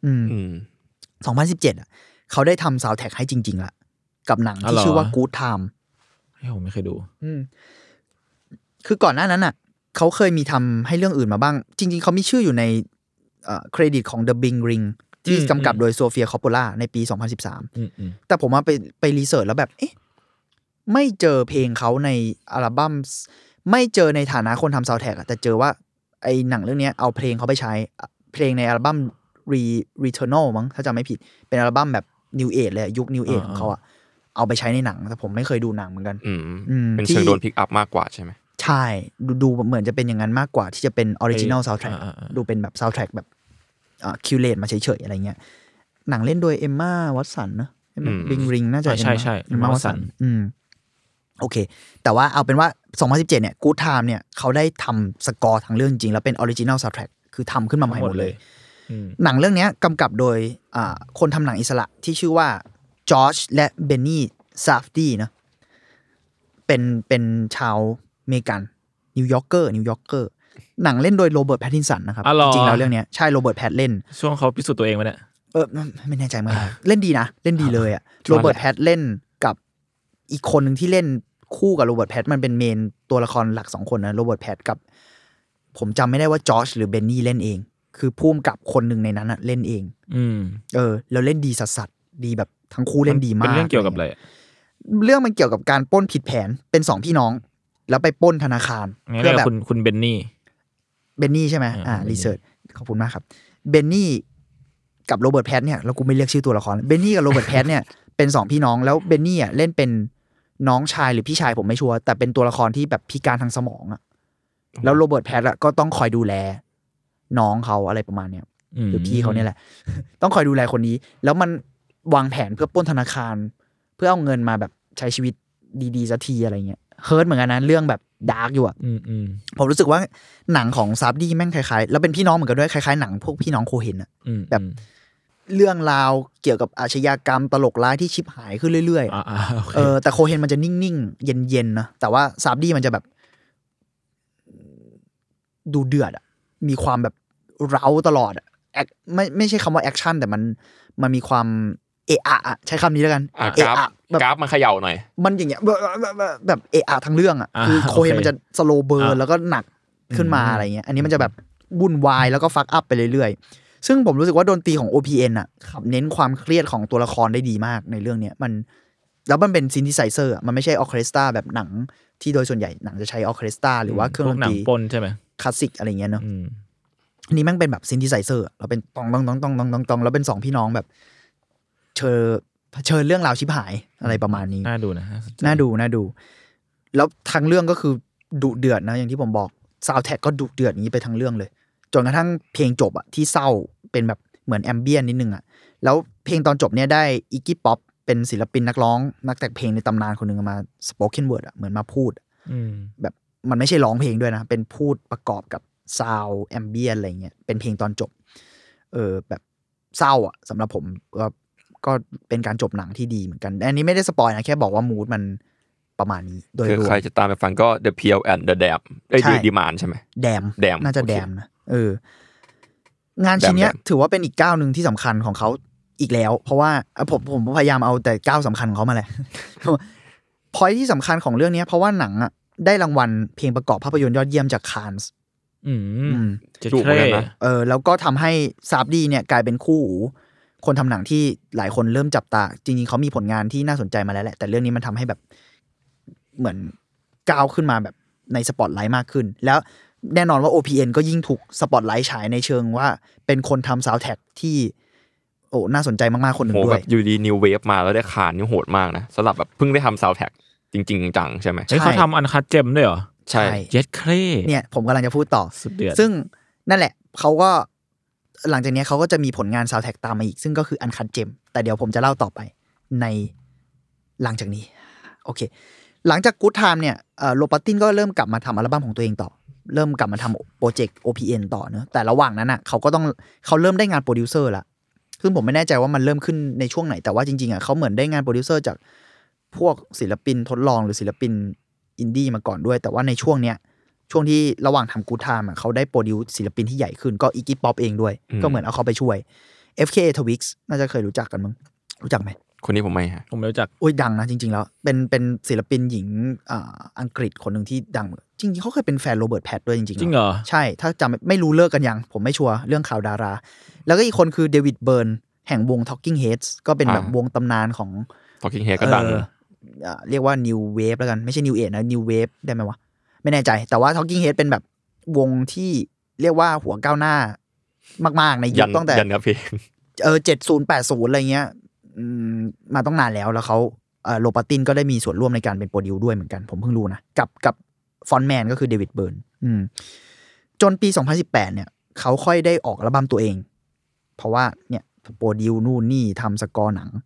2017เขาได้ทำซาวด์แทร็กให้จริงๆละกับหนังที่ชื่อว่า Good Time ผมไม่เคยดูคือก่อนหน้านั้นน่ะเขาเคยมีทำให้เรื่องอื่นมาบ้างจริงๆเขามีชื่ออยู่ในเครดิตของ The Bing Ring ที่กำกับโดยโซเฟียคอปโปล่าในปี2013แต่ผมมาไปรีเสิร์ชแล้วแบบไม่เจอเพลงเขาในอัลบั้มไม่เจอในฐานะคนทำซาวด์แทร็กแต่เจอว่าไอ้หนังเรื่องนี้เอาเพลงเขาไปใช้เพลงในอัลบั้ม Returnal มั้งถ้าจำไม่ผิดเป็นอัลบั้มแบบ New Age เลยยุค New Age ของเขาเอาไปใช้ในหนังแต่ผมไม่เคยดูหนังเหมือนกันเป็นเชิงโดนพิกอัพมากกว่าใช่ไหมใช่ดูเหมือนจะเป็นอย่างนั้นมากกว่าที่จะเป็นออริจินัลซาวด์แทร็กดูเป็นแบบซาวด์แทร็กแบบคิวเลตมาเฉยๆอะไรเงี้ยหนังเล่นโดยเอมม่าวัตสันนะบิงริงน่าจะใช่เอมม่าวัตสันโอเคแต่ว่าเอาเป็นว่า2017เนี่ย Good Time เนี่ยเขาได้ทำสกอร์ทั้งเรื่องจริงแล้วเป็นออริจินัลซาวด์แทร็กคือทำขึ้นมาใหม่หมดเลยหนังเรื่องนี้กำกับโดยคนทำหนังอิสระที่ชื่อว่าจอร์จและเบนนี่ซาฟดี้นะเป็นชาวอเมริกันนิวยอร์กเกอร์หนังเล่นโดยโรเบิร์ตแพตตินสันนะครับจริงๆแล้วเรื่องนี้ใช่โรเบิร์ตแพตเล่นช่วงเขาพิสูจน์ตัวเองมั้ยเนี่ยไม่แน่ใจเหมือนกันเล่นดีนะเล่นดีเลยอ่ะโรเบิร์ตแพตเล่นกับอีกคนนึงที่เล่นคู่กับโรเบิร์ตแพตมันเป็นเมนตัวละครหลัก2คนนะโรเบิร์ตแพตกับผมจำไม่ได้ว่าจอร์จหรือเบนนี่เล่นเองคือพุ่มกับคนนึงในนั้นน่ะเล่นเองแล้วเล่นดีสัสๆดีแบบทั้งคู่เล่นดีมากเป็นเรื่องเกี่ยวกับอะไรเรื่องมันเกี่ยวกับการปล้นผิดแผนเป็น2พี่น้องแล้วไปปล้นธนาคารเพื่อแบบคุณเบนนี่ใช่ไหมรีเสิร์ชขอบคุณมากครับเบนนี่กับโรเบิร์ตแพตเนี่ยแล้วกูไม่เรียกชื่อตัวละครเบนนี่กับโรเบิร์ตแพตเนี่ยเป็น2พี่น้องแล้วเบนนี่เล่นเป็นน้องชายหรือพี่ชายผมไม่ชัวร์แต่เป็นตัวละครที่แบบพิการทางสมองแล้วโรเบิร์ตแพตก็ต้องคอยดูแลน้องเขาอะไรประมาณเนี้ยหรือพี่เขาเนี่ยแหละต้องคอยดูแลคนนี้แล้วมันวางแผนเพื่อปล้นธนาคารเพื่อเอาเงินมาแบบใช้ชีวิตดีๆสักทีอะไรเงี้ยเฮิร์ทเหมือนกันนะเรื่องแบบดาร์กอยู่ผมรู้สึกว่าหนังของซาฟดี้แม่งคล้ายๆแล้วเป็นพี่น้องเหมือนกันด้วยคล้ายๆหนังพวกพี่น้องโคเฮนแบบเรื่องราวเกี่ยวกับอาชญากรรมตลกร้ายที่ชิบหายขึ้นเรื่อยๆแต่โคเฮนมันจะนิ่งๆเย็นๆนะแต่ว่าซาฟดี้มันจะแบบดูเดือดมีความแบบเร้าตลอดไม่ใช่คำว่าแอคชั่นแต่มันมีความเอะอะใช้คำนี้แล้วกันกราฟมันเขย่าหน่อยมันอย่างเงี้ยแบบเอะอะทั้งเรื่องอ่ะคือโคเฮนมันจะสโลเบิร์นแล้วก็หนักขึ้นมาอะไรเงี้ยอันนี้มันจะแบบวุ่นวายแล้วก็ฟักอัพไปเรื่อยๆซึ่งผมรู้สึกว่าดนตรีของ OPN อ่ะเน้นความเครียดของตัวละครได้ดีมากในเรื่องเนี้ยมันแล้วมันเป็นซินธิไซเซอร์มันไม่ใช่ออร์เคสตราแบบหนังที่โดยส่วนใหญ่หนังจะใช้ออร์เคสตราหรือว่าเครื่องดนตรีปนใช่ไหมคลาสสิกอะไรเงี้ยเนาะอันนี้แม่งเป็นแบบซินธิไซเซอร์เราเป็นตองแล้วเป็น2พี่น้องแบบเชิญเรื่องราวชิบหายอะไรประมาณนี้น่าดูนะน่าดูแล้วทั้งเรื่องก็คือดุเดือดนะอย่างที่ผมบอกซาวด์แทร็กก็ดุเดือดอย่างนี้ไปทั้งเรื่องเลยจนกระทั่งเพลงจบอะที่เศร้าเป็นแบบเหมือนแอมเบียนนิดนึงอะแล้วเพลงตอนจบเนี่ยได้อิกกี้ป๊อปเป็นศิลปินนักร้องนักแต่งเพลงในตำนานคนนึงมาสโปเคนเวิร์ดอะเหมือนมาพูดแบบมันไม่ใช่ร้องเพลงด้วยนะเป็นพูดประกอบกับซาวด์แอมเบียนอะไรเงี้ยเป็นเพลงตอนจบแบบเศร้าอะสำหรับผมก็เป็นการจบหนังที่ดีเหมือนกันอันนี้ไม่ได้สปอยนะแค่บอกว่ามูดมันประมาณนี้โดยรวมใครจะตามไปฟังก็ The Peel and the Dam Demand ใช่ไหม Dam น่าจะ Dam นะงานชิ้นเนี้ยถือว่าเป็นอีกก้าวนึงที่สำคัญของเขาอีกแล้วเพราะว่าผมพยายามเอาแต่ก้าวสำคัญของเขามาแหละพอยที่สำคัญของเรื่องนี้เพราะว่าหนังอ่ะได้รางวัลเพลงประกอบภาพยนตร์ยอดเยี่ยมจากคานส์ถูกเลยนะแล้วก็ทำให้ซาบดีเนี่ยกลายเป็นคู่คนทำหนังที่หลายคนเริ่มจับตาจริงๆเขามีผลงานที่น่าสนใจมาแล้วแหละแต่เรื่องนี้มันทำให้แบบเหมือนก้าวขึ้นมาแบบในสปอตไลท์มากขึ้นแล้วแน่นอนว่า OPN ก็ยิ่งถูกสปอตไลท์ฉายในเชิงว่าเป็นคนทำซาวด์แทร็กที่น่าสนใจมากๆคนหนึ่งด้วยอยู่ดีนิวเวฟมาแล้วได้คานนี่โหดมากนะสำหรับแบบเพิ่งได้ทำซาวด์แทร็กจริงๆจังใช่ไหมเขาทำอันคัทเจมด้วยเหรอใช่เจ็ดเคร่เนี่ยผมกำลังจะพูดต่อซึ่งนั่นแหละเขาก็หลังจากนี้เขาก็จะมีผลงานซาวด์แทร็กตามมาอีกซึ่งก็คืออันคัทเจมแต่เดี๋ยวผมจะเล่าต่อไปในหลังจากนี้โอเคหลังจากกู๊ดไทม์เนี่ยโรบัตตินก็เริ่มกลับมาทำอัลบั้มของตัวเองต่อเริ่มกลับมาทำโปรเจกต์ OPN ต่อเนอะแต่ระหว่างนั้นอ่ะเขาเริ่มได้งานโปรดิวเซอร์ละซึ่งผมไม่แน่ใจว่ามันเริ่มขึ้นในช่วงไหนแต่ว่าจริงๆอ่ะเขาเหมือนได้งานโปรดิวเซอร์จากพวกศิลปินทดลองหรือศิลปินอินดี้มาก่อนด้วยแต่ว่าในช่วงที่ระหว่างทำกู๊ดไทม์อ่ะเขาได้โปรดิวศิลปินที่ใหญ่ขึ้นก็อิกกี้ป๊อปเองด้วยก็เหมือนเอาเขาไปช่วย FKA Twigs น่าจะเคยรู้จักกันมั้งรู้จักไหมคนนี้ผมไม่รู้จักดังนะจริงๆแล้วเป็นศิลปินหญิงอังกฤษคนหนึ่งที่ดังจริงๆเขาเคยเป็นแฟนโรเบิร์ตแพตด้วยจริงๆจริงเหรอใช่ถ้าจำไม่รู้เลิกกันยังผมไม่ชัวร์เรื่องข่าวดาราแล้วก็อีกคนคือเดวิดเบิร์นแห่งวง Talking Heads ก็เป็นแบบวงตำนานของ Talking Heads ก็ดังเรียกว่า New Wave แล้วกันไม่ใช่ New Age นะ New Wave ได้ไหมวะไม่แน่ใจแต่ว่า Talking Heads เป็นแบบวงที่เรียกว่าหัวก้าวหน้ามากๆในยุคตั้งแต่70-80อะไรเงี้ยมาต้องนานแล้วเขาโรบัตตินก็ได้มีส่วนร่วมในการเป็นโปรดิวด้วยเหมือนกันผมเพิ่งรู้นะกับฟอนต์แมนก็คือเดวิดเบิร์นจนปี2018เนี่ยเขาค่อยได้ออกอัลบั้มตัวเองเพราะว่าเนี่ยโปรดิวนู่นนี่ทำสกอร์หนัง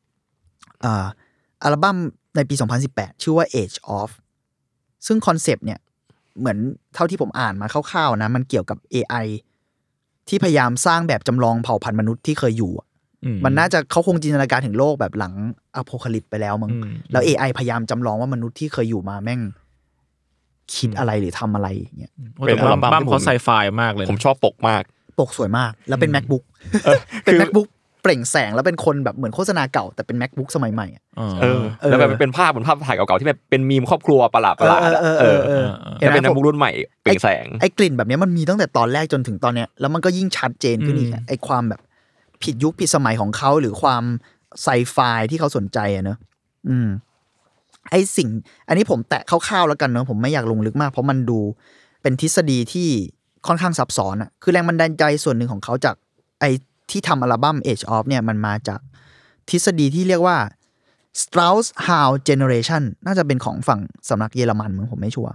อัลบั้มในปี2018ชื่อว่า Age of ซึ่งคอนเซปต์เนี่ยเหมือนเท่าที่ผมอ่านมาคร่าวๆนะมันเกี่ยวกับ AI ที่พยายามสร้างแบบจำลองเผ่าพันธุ์มนุษย์ที่เคยอยู่มันน่าจะเขาคงจินตนาการถึงโลกแบบหลังอโพคาลิปไปแล้วมั้งแล้ว AI พยายามจำลองว่ามนุษย์ที่เคยอยู่มาแม่งคิดอะไรหรือทำอะไรอย่างเงี้ยเป็นอัลบั้มเขาไซไฟมากเลยผมชอบปกมากปกสวยมากแล้วเป็น MacBook เป็น MacBook เปล่งแสงแล้วเป็นคนแบบเหมือนโฆษณาเก่าแต่เป็น MacBook สมัยใหม่แล้วแบบเป็นภาพเหมือนภาพถ่ายเก่าๆที่แบบเป็นมีมครอบครัวประหลาดแล้วเป็น MacBook รุ่นใหม่เปล่งแสงไอ้กลิ่นแบบนี้มันมีตั้งแต่ตอนแรกจนถึงตอนเนี้ยแล้วมันก็ยิ่งชัดเจนขึ้นอีกไอ้ความแบบผิดยุคผิดสมัยของเขาหรือความไซไฟที่เขาสนใจอะเนอะไอ้สิ่งอันนี้ผมแตะคร่าวๆแล้วกันเนอะผมไม่อยากลงลึกมากเพราะมันดูเป็นทฤษฎีที่ค่อนข้างซับซ้อนอะคือแรงบันดาลใจส่วนหนึ่งของเขาจากไอ้ที่ทำอัลบั้ม Age of เนี่ยมันมาจากทฤษฎีที่เรียกว่า Strauss-Howe Generation น่าจะเป็นของฝั่งสำนักเยอรมันมั้งผมไม่ชัวร์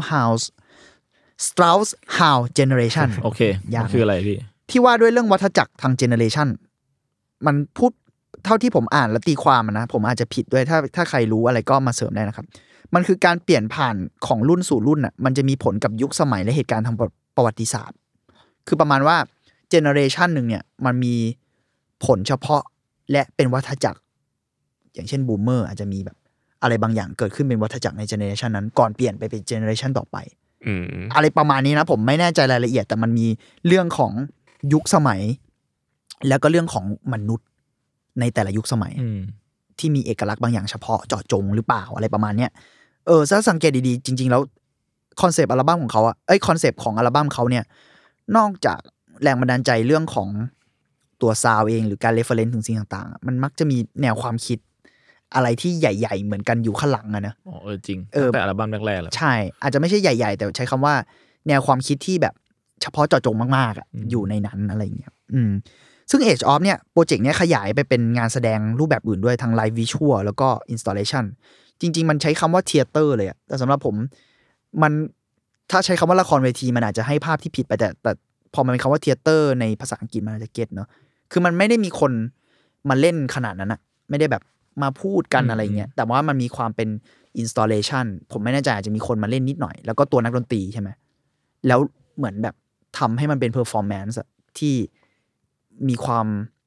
Strauss-Howe Generation โอเคคืออะไรพี่ที่ว่าด้วยเรื่องวัฏจักรทางเจเนเรชันมันพูดเท่าที่ผมอ่านและตีความนะผมอาจจะผิดด้วยถ้าใครรู้อะไรก็มาเสริมได้นะครับมันคือการเปลี่ยนผ่านของรุ่นสู่รุ่นอ่ะมันจะมีผลกับยุคสมัยและเหตุการณ์ทางประวัติศาสตร์คือประมาณว่าเจเนเรชันนึงเนี่ยมันมีผลเฉพาะและเป็นวัฏจักรอย่างเช่นบูมเมอร์อาจจะมีแบบอะไรบางอย่างเกิดขึ้นเป็นวัฏจักรในเจเนเรชันนั้นก่อนเปลี่ยนไปเป็นเจเนเรชันต่อไปอะไรประมาณนี้นะผมไม่แน่ใจรายละเอียดแต่มันมีเรื่องของยุคสมัยแล้วก็เรื่องของมนุษย์ในแต่ละยุคสมัยที่มีเอกลักษณ์บางอย่างเฉพาะเจาะจงหรือเปล่าอะไรประมาณเนี้ยถ้าสังเกตดีๆจริงๆแล้วคอนเซปต์อัลบั้มของเขาคอนเซปต์ของอัลบั้มเขาเนี่ยนอกจากแรงบันดาลใจเรื่องของตัวซาวเองหรือการเรฟเฟอเรนซ์ถึงสิ่งต่างๆมันมักจะมีแนวความคิดอะไรที่ใหญ่ๆเหมือนกันอยู่ข้างหลังนะจริงแต่อัลบั้มแรกๆแล้วใช่อาจจะไม่ใช่ใหญ่ๆแต่ใช้คำว่าแนวความคิดที่แบบเฉพาะเจาะจงมากๆอยู่ในนั้นอะไรอย่างเงี้ยซึ่ง Age of เนี่ยโปรเจกต์เนี้ยขยายไปเป็นงานแสดงรูปแบบอื่นด้วยทั้ง Live Visual แล้วก็ Installation จริงๆมันใช้คำว่า Theater เลยแต่สำหรับผมมันถ้าใช้คำว่าละครเวทีมันอาจจะให้ภาพที่ผิดไปแต่พอมันเป็นคำว่า Theater ในภาษาอังกฤษมันอาจจะเก็ตเนาะคือมันไม่ได้มีคนมาเล่นขนาดนั้นไม่ได้แบบมาพูดกันอะไรเงี้ยแต่ว่ามันมีความเป็น installation ผมไม่แน่ใจอาจจะมีคนมาเล่นนิดหน่อยแล้วก็ตัวนักดนตรีใช่ไหมแล้วเหมือนแบบทำให้มันเป็น performance ที่มีความ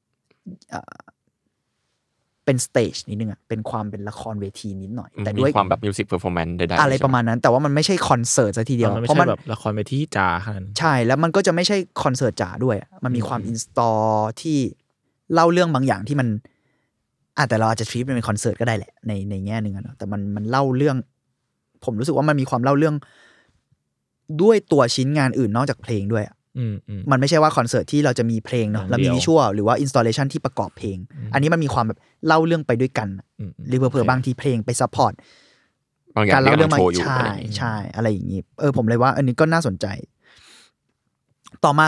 เป็นสเตจนิดนึงเป็นความเป็นละครเวทีนิดหน่อยแต่ด้วยความแบบ music performance ได้อะไรประมาณนั้นแต่ว่ามันไม่ใช่คอนเสิร์ตซะทีเดียวเพราะมันแบบละครเวทีจ๋าขนาดนั้นใช่แล้วมันก็จะไม่ใช่คอนเสิร์ตจ๋าด้วยมันมีความ install ที่เล่าเรื่องบางอย่างที่มันแต่เราอาจจะทรีตเป็นคอนเสิร์ตก็ได้แหละในแง่นึงนะแต่มันเล่าเรื่องผมรู้สึกว่ามันมีความเล่าเรื่องด้วยตัวชิ้นงานอื่นนอกจากเพลงด้วยมันไม่ใช่ว่าคอนเสิร์ตที่เราจะมีเพลงเนาะแล้วมีวิชวลหรือว่าอินสตาเลชันที่ประกอบเพลงอันนี้มันมีความแบบเล่าเรื่องไปด้วยกันหรือเผื่อบางทีเพลงไปซัพพอร์ตการเล่าเรื่องมาใช่อะไรอย่างนี้ผมเลยว่าอันนี้ก็น่าสนใจต่อมา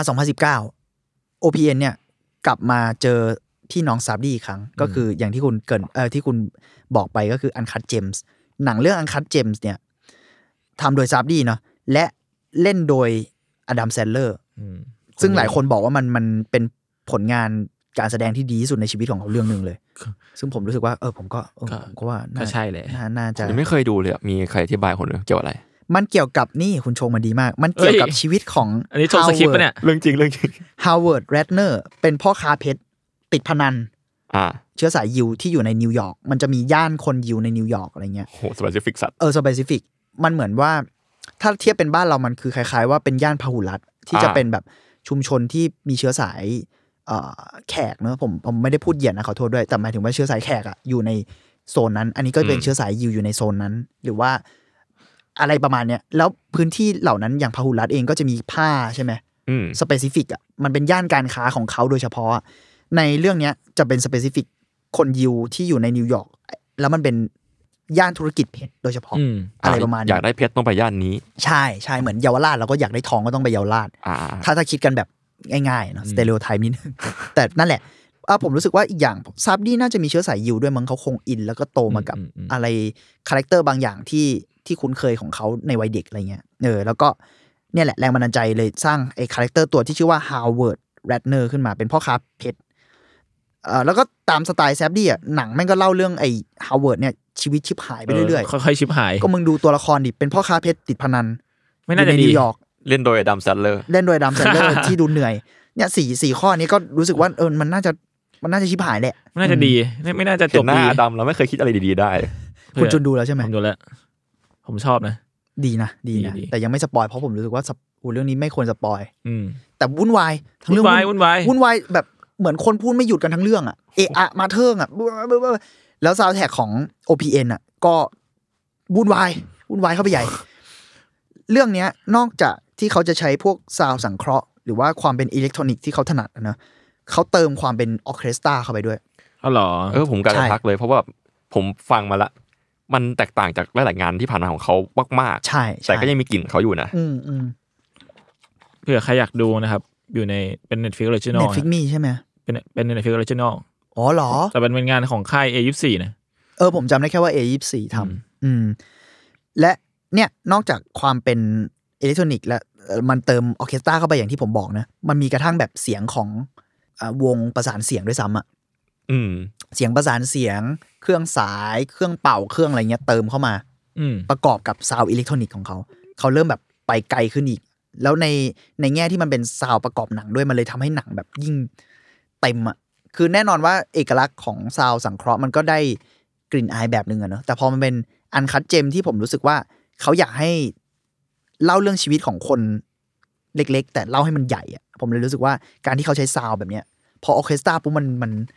2019 OPN เนี่ยกลับมาเจอพี่น้องซาบดี้อีกครั้งก็คืออย่างที่คุณเกินที่คุณบอกไปก็คือ Uncut Gems หนังเรื่อง Uncut Gems เนี่ยทำโดยซาบดี้เนาะและเล่นโดยอดัมแซนเลอร์ซึ่งหลายคนบอกว่ามันเป็นผลงานการแสดงที่ดีที่สุดในชีวิตของเขาเรื่องนึงเลยซึ่งผมรู้สึกว่าผมก็ว่าก็ใช่เลยน่าจะไม่เคยดูเลยมีใครอธิบายคนเกี่ยวอะไรมันเกี่ยวกับนี่คุณชงมาดีมากมันเกี่ยวกับชีวิตของอันนี้ชงสคริปต์ป่ะเนี่ยเรื่องจริงฮาวเวิร์ด แรตเนอร์เป็นพ่อค้าเพชรติดพนันเชื้อสายยิวที่อยู่ในนิวยอร์กมันจะมีย่านคนยิวในนิวยอร์กอะไรเงี้ยโหสเปซิฟิกสัตว์สเปซิฟิกมันเหมือนว่าถ้าเทียบเป็นบ้านเรามันคือคล้ายๆว่าเป็นย่านพหุรัฐที่จะเป็นแบบชุมชนที่มีเชื้อสายแขกเนอะผมไม่ได้พูดเหยียดนะขอโทษด้วยแต่หมายถึงว่าเชื้อสายแขกอยู่ในโซนนั้นอันนี้ก็เป็นเชื้อสายยิวอยู่ในโซนนั้นหรือว่าอะไรประมาณเนี้ยแล้วพื้นที่เหล่านั้นอย่างพหุรัฐเองก็จะมีผ้าใช่ไหมสเปซิฟิกมันเป็นย่านการค้าของเขาโดยเฉพาะในเรื่องนี้จะเป็นสเปซิฟิกคนยิวที่อยู่ในนิวยอร์กแล้วมันเป็นย่านธุรกิจเพชรโดยเฉพาะอะไรประมาณอยากได้เพชรต้องไปย่านนี้ใช่เหมือนเยาวราชเราก็อยากได้ทองก็ต้องไปเยาวราชถ้าคิดกันแบบง่ายๆเนาะสเตเรโอไทป์นิดนึงแต่นั่นแหละผมรู้สึกว่าอีกอย่างซาบดี้น่าจะมีเชื้อสายยิวด้วยมั้งเขาคงอินแล้วก็โตมากับอะไรคาแรคเตอร์บางอย่างที่คุ้นเคยของเขาในวัยเด็กอะไรเงี้ยแล้วก็เนี่ยแหละแรงบันดาลใจเลยสร้างไอ้คาแรคเตอร์ตัวที่ชื่อว่าฮาวเวิร์ด แรตเนอร์ขึ้นมาเป็นพ่อค้าเพชรแล้วก็ตามสไตล์แซบดี้หนังแม่งก็เล่าเรื่องไอ้ฮาวเวิร์ดเนี่ยชีวิตชิบหายไปเรื่อยๆค่อยๆชิบหายก็มึงดูตัวละครดิเป็นพ่อค้าเพชรติดพนันไม่น่าจะดีนิวยอร์กเล่นโดยอดัมแซนเลอร์ที่ดูเหนื่อยเนี่ยสี่ข้อนี้ก็รู้สึกว่ามันน่าจะชิบหายแหละน่าจะดีไม่น่าจะจบดีหน้าอดัมเราไม่เคยคิดอะไรดีๆได้คุณจุนดูแล้วใช่ไหมผมดูแล้วผมชอบนะดีนะแต่ยังไม่สปอยเพราะผมรู้สึกว่าเรื่องนี้ไม่ควรสปอยแต่วุ่นวายทั้งเรื่องวุ่นวายแบบเหมือนคนพูดไม่หยุดกันทั้งเรื่องมาเทิงแล้วซาวด์แทร็กของ OPN ก็วุ่นวายเข้าไปใหญ่เรื่องนี้นอกจากที่เขาจะใช้พวกซาวด์สังเคราะห์หรือว่าความเป็นอิเล็กทรอนิกส์ที่เขาถนัดนะเขาเติมความเป็นออร์เคสตราเข้าไปด้วยเหรอผมกำลังทักเลยเพราะว่าผมฟังมาละมันแตกต่างจากหลายๆงานที่ผ่านมาของเขามากๆใช่แต่ก็ยังมีกลิ่นเขาอยู่นะเผื่อใครอยากดูนะครับอยู่ในเป็น Netflix Original Netflix มีใช่ไหมเป็น Netflix Original เหรอแต่เป็นงานของค่าย A24 นะผมจำได้แค่ว่า A24 ทำและเนี่ยนอกจากความเป็นอิเล็กทรอนิกส์และมันเติมออร์เคสตราเข้าไปอย่างที่ผมบอกนะมันมีกระทั่งแบบเสียงของวงประสานเสียงด้วยซ้ำเสียงประสานเสียงเครื่องสายเครื่องเป่าเครื่องอะไรเงี้ยเติมเข้ามาประกอบกับซาวด์อิเล็กทรอนิกส์ของเขาเริ่มแบบไปไกลขึ้นอีกแล้วในแง่ที่มันเป็นซาวด์ประกอบหนังด้วยมันเลยทำให้หนังแบบยิ่งเต็มคือแน่นอนว่าเอกลักษณ์ของซาวด์สังเคราะห์มันก็ได้กลิ่นอายแบบนึงเนาะแต่พอมันเป็นอันคัทเจมที่ผมรู้สึกว่าเขาอยากให้เล่าเรื่องชีวิตของคนเล็กๆแต่เล่าให้มันใหญ่ผมเลยรู้สึกว่าการที่เขาใช้ซาวด์แบบเนี้ยพอออร์เคสตราปุ๊บมัน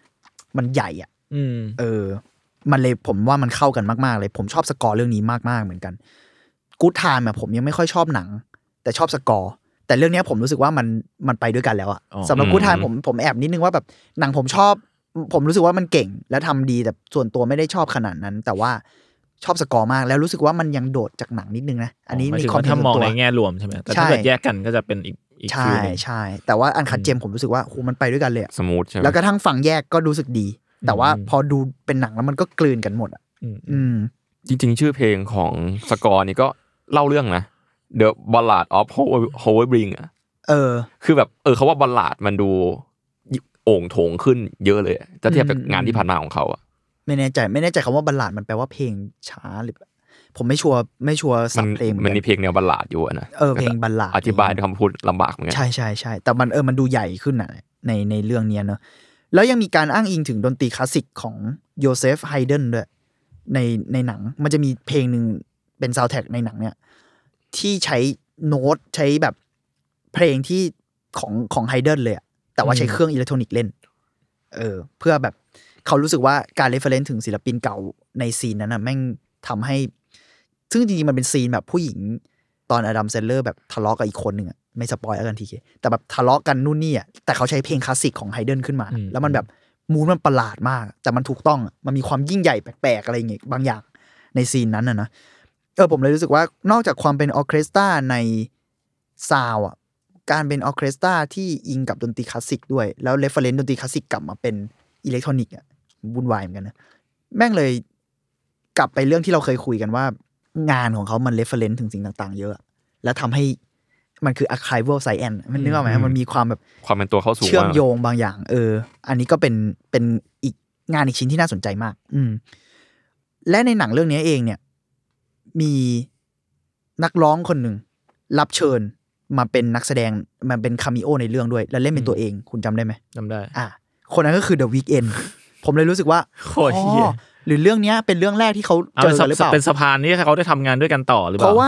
มันใหญ่อ่ะมันเลยผมว่ามันเข้ากันมากๆเลยผมชอบสกอร์เรื่องนี้มากๆเหมือนกันกู๊ดไทม์อ่ะผมยังไม่ค่อยชอบหนังแต่ชอบสกอร์แต่เรื่องนี้ผมรู้สึกว่ามันไปด้วยกันแล้วอ่ะสำหรับกู๊ดไทม์ผมแอบนิดนึงว่าแบบหนังผมชอบผมรู้สึกว่ามันเก่งและทำดีแต่ส่วนตัวไม่ได้ชอบขนาดนั้นแต่ว่าชอบสกอร์มากแล้วรู้สึกว่ามันยังโดดจากหนังนิดนึงนะอันนี้มีความถ้ามองในแง่รวมใช่ไหมแต่ถ้าเกิดแยกกันก็จะเป็นอีกฟิลนึงใช่แต่ว่าอันคัดเจมผมรู้สึกว่าโหมันไปด้วยกันเลยสมูทใช่ไหมแล้วกระทั่งฝั่งแยกก็รู้สึกดีแต่ว่าพอดูเป็นหนังแล้วมันก็กลืนกันหมดอ่ะจริงๆชื่อเพลงของสกอร์นี่ก็เล่าเรื่องนะ The Ballad of Hovering อ่ะคือแบบเขาว่าบัลลาดมันดูโอ่งโถงขึ้นเยอะเลยถ้าเทียบกับงานที่ผ่านมาของเขาอ่ะไม่แน่ใจคำว่าบัลลาดมันแปลว่าเพลงช้าหรือผมไม่ชัวร์สับเพลงมันมีเพลงแนวบัลลาดอยู่นะเพลงบัลลาดอธิบายด้วยคำพูดลำบากเหมือนกันใช่แต่มันดูใหญ่ขึ้นน่ะในเรื่องนี้เนอะแล้วยังมีการอ้างอิงถึงดนตรีคลาสสิกของโยเซฟไฮเดนด้วยในหนังมันจะมีเพลงนึงเป็นซาวด์แทร็กในหนังเนี่ยที่ใช้โน้ตใช้แบบเพลงที่ของไฮเดนเลยแต่ว่าใช้เครื่องอิเล็กทรอนิกส์เล่นเพื่อแบบเขารู้สึกว่าการเรฟเฟอเรนซ์ถึงศิลปินเก่าในซีนนั้นน่ะแม่งทำให้ซึ่งจริงๆมันเป็นซีนแบบผู้หญิงตอนอดัมแซนเลอร์แบบทะเลาะกับอีกคนนึงไม่สปอยล์แล้วกันทีเคแต่แบบทะเลาะกันนู่นนี่แต่เขาใช้เพลงคลาสสิกของไฮเดนขึ้นมาแล้วมันแบบมูดมันประหลาดมากแต่มันถูกต้องมันมีความยิ่งใหญ่แปลกๆอะไรอย่างเงี้ยบางอย่างในซีนนั้นนะผมเลยรู้สึกว่านอกจากความเป็นออร์เคสตราในซาวด์การเป็นออร์เคสตราที่อิงกับดนตรีคลาสสิกด้วยแล้วเรฟเฟอเรนซ์ดนตรีคลาสสิกกลับมาเป็นอิเล็กทรอนิกส์วุ่นวายเหมือนกันนะแม่งเลยกลับไปเรื่องที่เราเคยคุยกันว่างานของเขามันเรฟเฟอเรนซ์ถึงสิ่งต่างๆเยอะแล้วทำให้มันคือ archival science มันนึกออกไหมมันมีความแบบความเป็นตัวเข้าสู่เชื่อมโยงบางอย่างอันนี้ก็เป็นอีกงานอีกชิ้นที่น่าสนใจมากและในหนังเรื่องนี้เองเนี่ยมีนักร้องคนหนึ่งรับเชิญมาเป็นนักแสดงมันเป็นคาเมโอในเรื่องด้วยแล้วเล่นเป็นตัวเองคุณจำได้ไหมจำได้คนนั้นก็คือ The Weeknd ผมเลยรู้สึกว่าโคตรเหี้ยหรือเรื่องนี้เป็นเรื่องแรกที่เขาเจอกันหรือเปล่าเป็นสะพานที่เขาได้ทำงานด้วยกันต่อหรือเปล่าเพราะว่า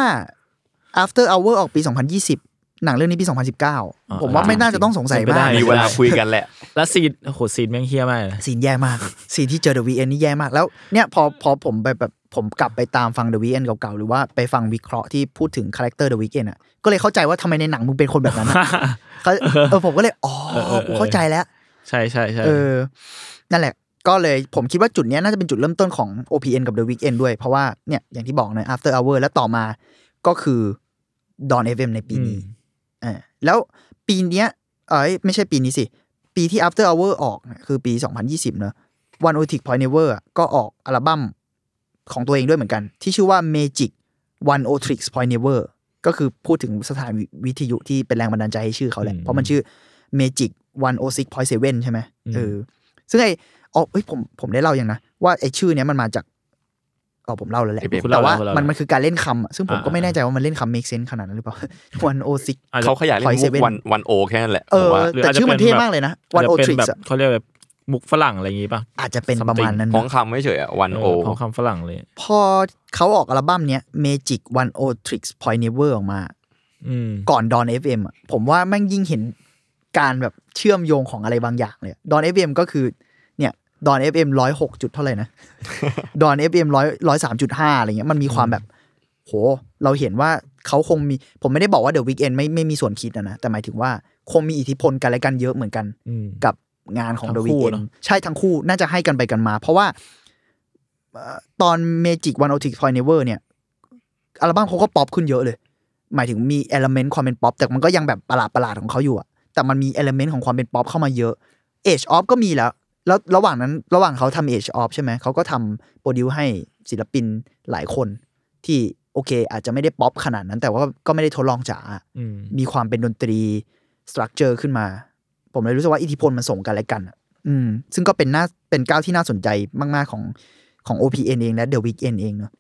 After Hour ออกปี2020หนังเรื่องนี้ปี2019ผมว่าไม่น่าจะต้องสงสัยมากมีเวลาคุยกันแหละแล้วซีนแม่งเหี้ยมากซีนแย่มากซีนที่เจอ The Weeknd นี่แย่มากแล้วเนี่ยพอผมไปแบบผมกลับไปตามฟัง The Weeknd เก่าๆหรือว่าไปฟังวิเคราะห์ที่พูดถึงคาแรคเตอร์ The Weeknd ก็เลยเข้าใจว่าทำไมในหนังมึงเป็นคนแบบนั้นผมก็เลยกูเข้าใจแล้วใช่นั่นแหละก็เลยผมคิดว่าจุดนี้น่าจะเป็นจุดเริ่มต้นของ OPN กับ The Weeknd ด้วยเพราะว่าเนี่ยอย่างที่บอกนะ After Hour แล้วต่อมาก็คือ Dawn FM ในปีนี้แล้วปีเนี้ยไม่ใช่ปีนี้สิปีที่ After Hour ออกคือปี2020เนอะ One O Trick Point Never ก็ออกอัลบั้มของตัวเองด้วยเหมือนกันที่ชื่อว่า Magic One O Trick Point Never ก็คือพูดถึงสถานวิทยุที่เป็นแรงบันดาลใจให้ชื่อเขาแหละเพราะมันชื่อ Magic 106.7 ใช่ไหมซึ่งผมได้เล่าอย่างนะว่าไอ้ชื่อเนี้ยมันมาจากผมเล่าแล้วแหละแต่ว่ามันคือการเล่นคำซึ่งผมก็ไม่แน่ใจว่ามันเล่นคำ make sense ขนาดนั้นหรือเปล่า106 เขาขยายเล่นมุกวันโอแค่นั้นแหละแต่ชื่อมันเท่มากเลยนะ106 tricks เขาเรียกแบบมุกฝรั่งอะไรอย่างงี้ป่ะอาจจะเป็นประมาณนั้นของคำไม่เฉยวันโอของคำฝรั่งเลยพอเขาออกอัลบั้มเนี้ย Magic 106 tricks point never ออกมาก่อน Dawn FM ผมว่าแม่งยิ่งเห็นการแบบเชื่อมโยงของอะไรบางอย่างเลย Dawn FM ก็คือDawn FM 106จุดเท่าไหร่นะ Dawn FM 103.5อะไรเงี้ยมันมีความแบบโหเราเห็นว่าเขาคงมีผมไม่ได้บอกว่า The Weeknd ไม่มีส่วนคิดนะแต่หมายถึงว่าคงมีอิทธิพลกันและกันเยอะเหมือนกันกับงานของ The Weeknd ใช่ทั้งคู่น่าจะให้กันไปกันมาเพราะว่าตอน Magic 106 Point Never เนี่ยอัลบั้มเขาก็ป๊อปขึ้นเยอะเลยหมายถึงมีเอลิเมนต์ความเป็นป๊อปแต่มันก็ยังแบบประหลาดของเขาอยู่แต่มันมีเอลิเมนต์ของความเป็นป๊อปเข้ามาเยอะ Age of ก็มีแล้วระหว่างเขาทำ Age of ใช่ไหมเขาก็ทำโปรดิวให้ศิลปินหลายคนที่โอเคอาจจะไม่ได้ป๊อปขนาดนั้นแต่ว่าก็ไม่ได้ทดลองจ๋ามีความเป็นดนตรีสตรัคเจอร์ขึ้นมาผมเลยรู้สึกว่าอิทธิพลมันส่งกันและกันซึ่งก็เป็นก้าวที่น่าสนใจมากๆของ OPN เองและ The Weeknd เองเนอะ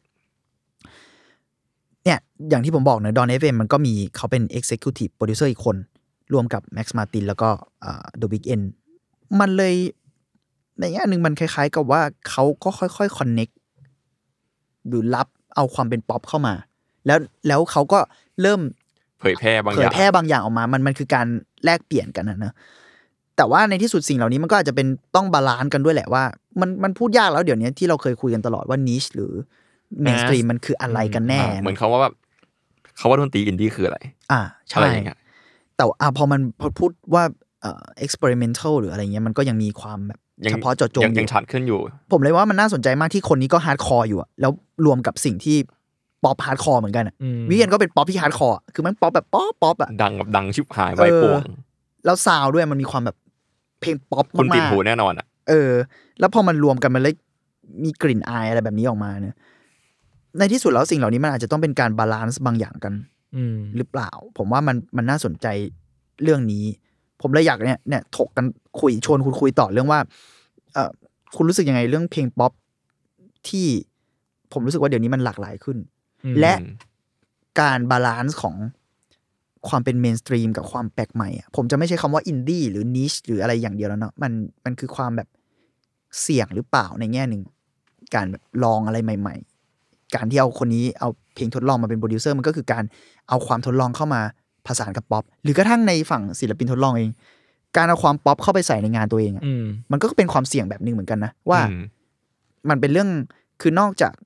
เนี่ยอย่างที่ผมบอกเนอะ Dawn FM มันก็มีเขาเป็น Executive Producer อีกคนร่วมกับ Max Martin แล้วก็The Weeknd มันเลยในแง่นึงมันคล้ายๆกับว่าเขาก็ค่อยๆ connect หรือรับเอาความเป็นป๊อปเข้ามาแล้วเขาก็เริ่มเผยแพร่บางอย่างออกมามันคือการแลกเปลี่ยนกันนะแต่ว่าในที่สุดสิ่งเหล่านี้มันก็อาจจะเป็นต้องบาลานซ์กันด้วยแหละว่ามันพูดยากแล้วเดี๋ยวนี้ที่เราเคยคุยกันตลอดว่า niche หรือ mainstream มันคืออะไรกันแน่เหมือนเขาว่าดนตรีอินดี้คืออะไรใช่แต่พอมันพูดว่าexperimental หรืออะไรเงี้ยมันก็ยังมีความแบบเฉพาะเจาะจงยังชัดขึ้นอยู่ผมเลยว่ามันน่าสนใจมากที่คนนี้ก็ฮาร์ดคอร์อยู่แล้วรวมกับสิ่งที่ป๊อปฮาร์ดคอร์เหมือนกันวิเวียนก็เป็นป๊อปที่ฮาร์ดคอร์คือมันป๊อปแบบป๊อปดังชิบหายไว้ป่วงแล้วซาวด์ด้วยมันมีความแบบเพลงป๊อปมากๆคุณติดหูแน่นอนแล้วพอมันรวมกันมันเลยมีกลิ่นอายอะไรแบบนี้ออกมาเนี่ยในที่สุดแล้วสิ่งเหล่านี้มันอาจจะต้องเป็นการบาลานซ์บางอย่างกันหรือเปล่าผมว่ามันน่าสนใจเรื่องนี้ผมเลยอยากเนี่ยถกกันชวนคุณคุยต่อเรื่องว่าคุณรู้สึกยังไงเรื่องเพลงป๊อปที่ผมรู้สึกว่าเดี๋ยวนี้มันหลากหลายขึ้นและการบาลานซ์ของความเป็นเมนสตรีมกับความแปลกใหม่ผมจะไม่ใช้คำว่าอินดี้หรือนิชหรืออะไรอย่างเดียวแล้วเนาะมันคือความแบบเสี่ยงหรือเปล่าในแง่หนึ่งการแบบลองอะไรใหม่ๆการที่เอาคนนี้เอาเพลงทดลองมาเป็นโปรดิวเซอร์มันก็คือการเอาความทดลองเข้ามาผสานกับป๊อปหรือกระทั่งในฝั่งศิลปินทดลองเองการเอาความป๊อปเข้าไปใส่ในงานตัวเองมันก็เป็นความเสี่ยงแบบนึงเหมือนกันนะว่ามันเป็นเรื่องคือนอกจาก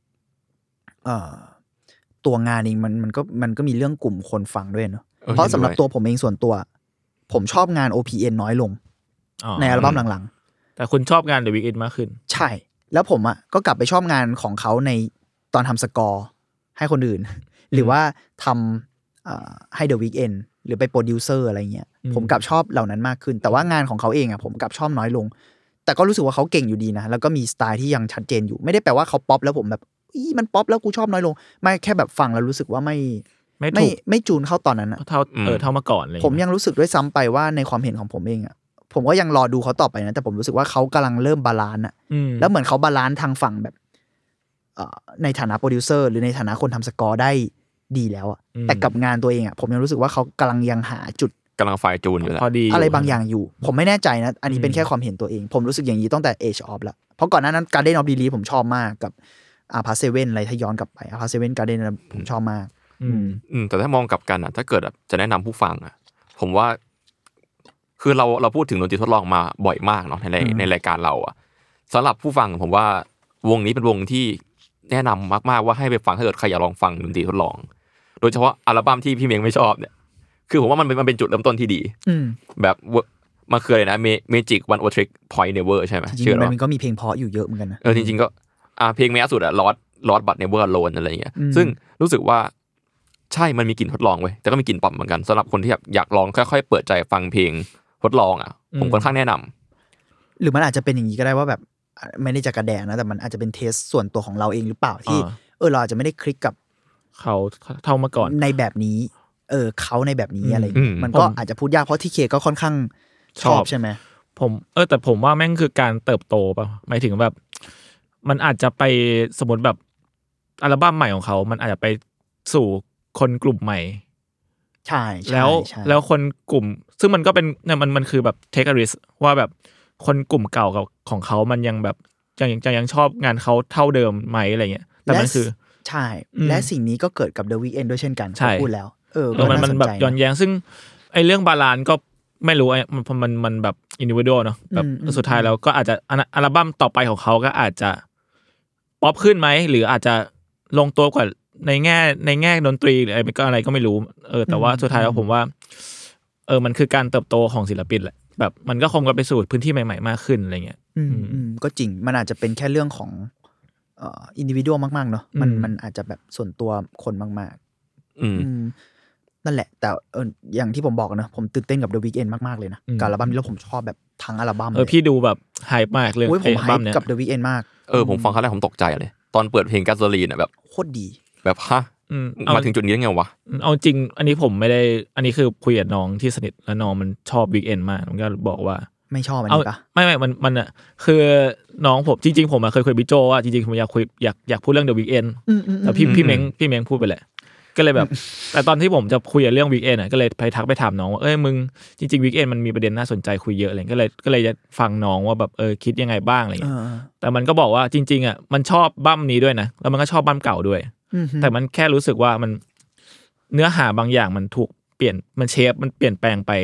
ตัวงานเองมันก็มีเรื่องกลุ่มคนฟังด้วยเนาะเพราะสำหรับตัวผมเองส่วนตัวผมชอบงาน OPN น้อยลงในอัลบั้มหลังๆแต่คุณชอบงาน The Weeknd มากขึ้นใช่แล้วผมก็กลับไปชอบงานของเขาในตอนทำสกอร์ให้คนอื่นหรือว่าทำให้ The Weeknd หรือไปโปรดิวเซอร์อะไรเงี้ยผมกลับชอบเหล่านั้นมากขึ้นแต่ว่างานของเขาเองผมกลับชอบน้อยลงแต่ก็รู้สึกว่าเขาเก่งอยู่ดีนะแล้วก็มีสไตล์ที่ยังชัดเจนอยู่ไม่ได้แปลว่าเขาป๊อปแล้วผมแบบมันป๊อปแล้วกูชอบน้อยลงไม่แค่แบบฟังแล้วรู้สึกว่าไม่จูนเข้าตอนนั้นเท่ามาก่อนเลยผมยังรู้สึกด้วยซ้ำไปว่าในความเห็นของผมเองผมก็ยังรอดูเขาต่อไปนะแต่ผมรู้สึกว่าเขากำลังเริ่มบาลานซ์แล้วเหมือนเขาบาลานซ์ทางฝั่งแบบในฐานะโปรดิวเซอร์หรือในฐานะคนทำสกอร์ได้ดีแล้วแต่กับงานตัวเองผมยังรู้สึกว่าเขากำลังยังหาจุดกำลังไฟจูนอยู่แล้วอะไรบางอย่างอยู่ผมไม่แน่ใจนะอันนี้เป็นแค่ความเห็นตัวเองผมรู้สึกอย่างนี้ตั้งแต่ Age of แล้วเพราะก่อนหน้านั้น Garden of Release ผมชอบมากกับอาพาเซเว่นอะไรถ้าย้อนกลับไปอาพาเซเว่นการ์เด้นผมชอบมากแต่ถ้ามองกลับกันถ้าเกิดจะแนะนำผู้ฟังผมว่าคือเราพูดถึงดนตรีทดลองมาบ่อยมากเนาะในรายการเราสำหรับผู้ฟังผมว่าวงนี้เป็นวงที่แนะนำมากๆว่าให้ไปฟังถ้าเกิดใครอยากลองฟังดนตรีทดลองโดยเฉพาะอัลบั้มที่พี่เม้งไม่ชอบเนี่ยคือผมว่ามันเป็นจุดเริ่มต้นที่ดีแบบมันคืออะไรนะMagic One Trick Point Never ใช่ไหมชื่อมันก็มีเพลงเพราะอยู่เยอะเหมือนกันนะจริงๆก็เพลงแม้สุดLost But Never Alone อะไรเงี้ยซึ่งรู้สึกว่าใช่มันมีกลิ่นทดลองเว้ยแต่ก็มีกลิ่นป๊อปเหมือนกันสำหรับคนที่อยากลองค่อยๆเปิดใจฟังเพลงทดลองผมค่อนข้างแนะนำหรือมันอาจจะเป็นอย่างนี้ก็ได้ว่าแบบไม่ได้จะกระแดงนะแต่มันอาจจะเป็นเทสส่วนตัวของเราเองหรือเปล่าที่เราอาจจะไม่ได้คลิกกับเขาเท่ามาก่อนในแบบนี้เขาในแบบนี้อะไรมันก็อาจจะพูดยากเพราะที่เคก็ค่อนข้างชอบใช่ไหมผมแต่ผมว่าแม่งคือการเติบโตป่ะหมายถึงแบบมันอาจจะไปสมมติแบบอัลบั้มใหม่ของเขามันอาจจะไปสู่คนกลุ่มใหม่ใช่แล้วคนกลุ่มซึ่งมันก็เป็นมันคือแบบ take a risk ว่าแบบคนกลุ่มเก่าของเขามันยังแบบยังชอบงานเขาเท่าเดิมไหมอะไรเงี้ยแต่มันคือใช่และสิ่งนี้ก็เกิดกับ The Weeknd ด้วยเช่นกันพูดแล้วมันแบบย้อนแย้งซึ่งไอ้เรื่องบาลานซ์ก็ไม่รู้มันแบบอินดิวิวดัลเนาะแบบสุดท้ายแล้วก็อาจจะอัลบั้มต่อไปของเขาก็อาจจะป๊อปขึ้นไหมหรืออาจจะลงตัวกว่าในแง่ดนตรีหรืออะไรก็ไม่รู้แต่ว่าสุดท้ายแล้วผมว่ามันคือการเติบโตของศิลปินแหละแบบมันก็คงจะไปสู่พื้นที่ใหม่ๆมากขึ้นอะไรเงี้ยก็จริงมันอาจจะเป็นแค่เรื่องของอินดิวิวดัลมากๆเนาะมันอาจจะแบบส่วนตัวคนมากๆนั่นแหละแต่อย่างที่ผมบอกนะผมตื่นเต้นกับ The Weeknd มากๆเลยนะกับอัลบั้มนี้แล้วผมชอบแบบทั้งอัลบั้มเลยพี่ดูแบบไฮป์มากเลยผมไฮป์กับ The Weeknd มากผมฟังครั้งแรกผมตกใจเลยตอนเปิดเพลง Gasoline แบบโคตรดีแบบฮะมาถึงจุดนี้ได้ไงวะเอาจริงอันนี้ผมไม่ได้อันนี้คือคุยกับน้องที่สนิทแล้วน้องมันชอบ Weeknd มากมันก็บอกว่าไม่ชอบอันนี้ปะไม่มันอ่ะคือน้องผมจริงๆผมเคยคุยบิ๊กโจว่าจริงๆผมอยากคุยอยากพูดเรื่อง The Weeknd แต่พี่เม้งพูดไปแหละก็เลยแบบแต่ตอนที่ผมจะคุยเรื่อง Weeknd ก็เลยไปทักไปถามน้องว่ามึงจริงๆ Weeknd มันมีประเด็นน่าสนใจคุยเยอะอะไรก็เลยจะฟังน้องว่าแบบคิดยังไงบ้างอะไรเงี้ยแต่มันก็บอกว่าจริงๆมันชอบบั้มนี้ด้วยนะแล้วมันก็ชอบบั้มเก่าด้วยแต่มันแค่รู้สึกว่ามันเนื้อหาบางอย่างมันถูกเปลี่ยนมันเชฟมันเปลี่ยนแปลงไป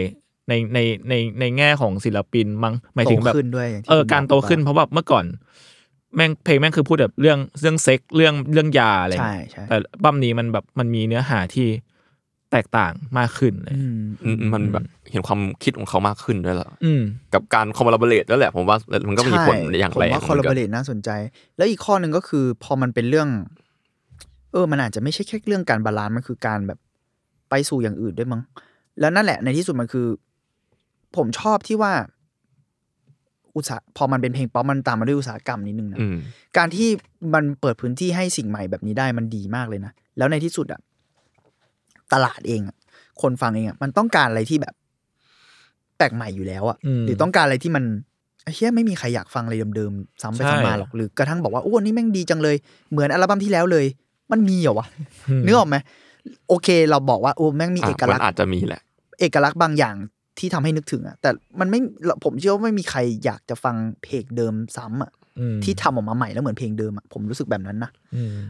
ในแง่ของศิลปินมั้งหมายถึงแบบการโตขึ้นเพราะแบบเมื่อก่อนแม่งเพลงแม่งคือพูดแบบเรื่องเซ็กเรื่องยาอะไรแต่บั้มนี้มันแบบมันมีเนื้อหาที่แตกต่างมากขึ้นเลยมันแบบเห็นความคิดของเขามากขึ้นด้วยล่ะกับการคอลลาบอเรทแล้วแหละผมว่ามันก็มีผลอย่างแรงผมว่าคอลลาบอเรทน่าสนใจแล้วอีกข้อนึงก็คือพอมันเป็นเรื่องมันอาจจะไม่ใช่แค่เรื่องการบาลานซ์มันคือการแบบไปสู่อย่างอื่นด้วยมั้งแล้วนั่นแหละในที่สุดมันคือผมชอบที่ว่าพอมันเป็นเพลงป๊อปมันตามมาด้วยอุตสาหกรรมนิดนึงนะการที่มันเปิดพื้นที่ให้สิ่งใหม่แบบนี้ได้มันดีมากเลยนะแล้วในที่สุดอ่ะตลาดเองคนฟังเองมันต้องการอะไรที่แบบแปลกใหม่อยู่แล้วอ่ะหรือต้องการอะไรที่มันเฮียไม่มีใครอยากฟังอะไรเดิมๆซ้ำไปซ้ำมาหรอกหรือกระทั่งบอกว่าโอ้นี่แม่งดีจังเลยเหมือนอัลบั้มที่แล้วเลยมันมีเหรอวะนึกออกไหมโอเคเราบอกว่าโอ้แม่งมีเอกลักษณ์อาจจะมีแหละเอกลักษณ์บางอย่างที่ทำให้นึกถึงแต่มันไม่ผมเชื่อว่าไม่มีใครอยากจะฟังเพลงเดิมซ้ำที่ทำออกมาใหม่แล้วเหมือนเพลงเดิมผมรู้สึกแบบนั้นนะ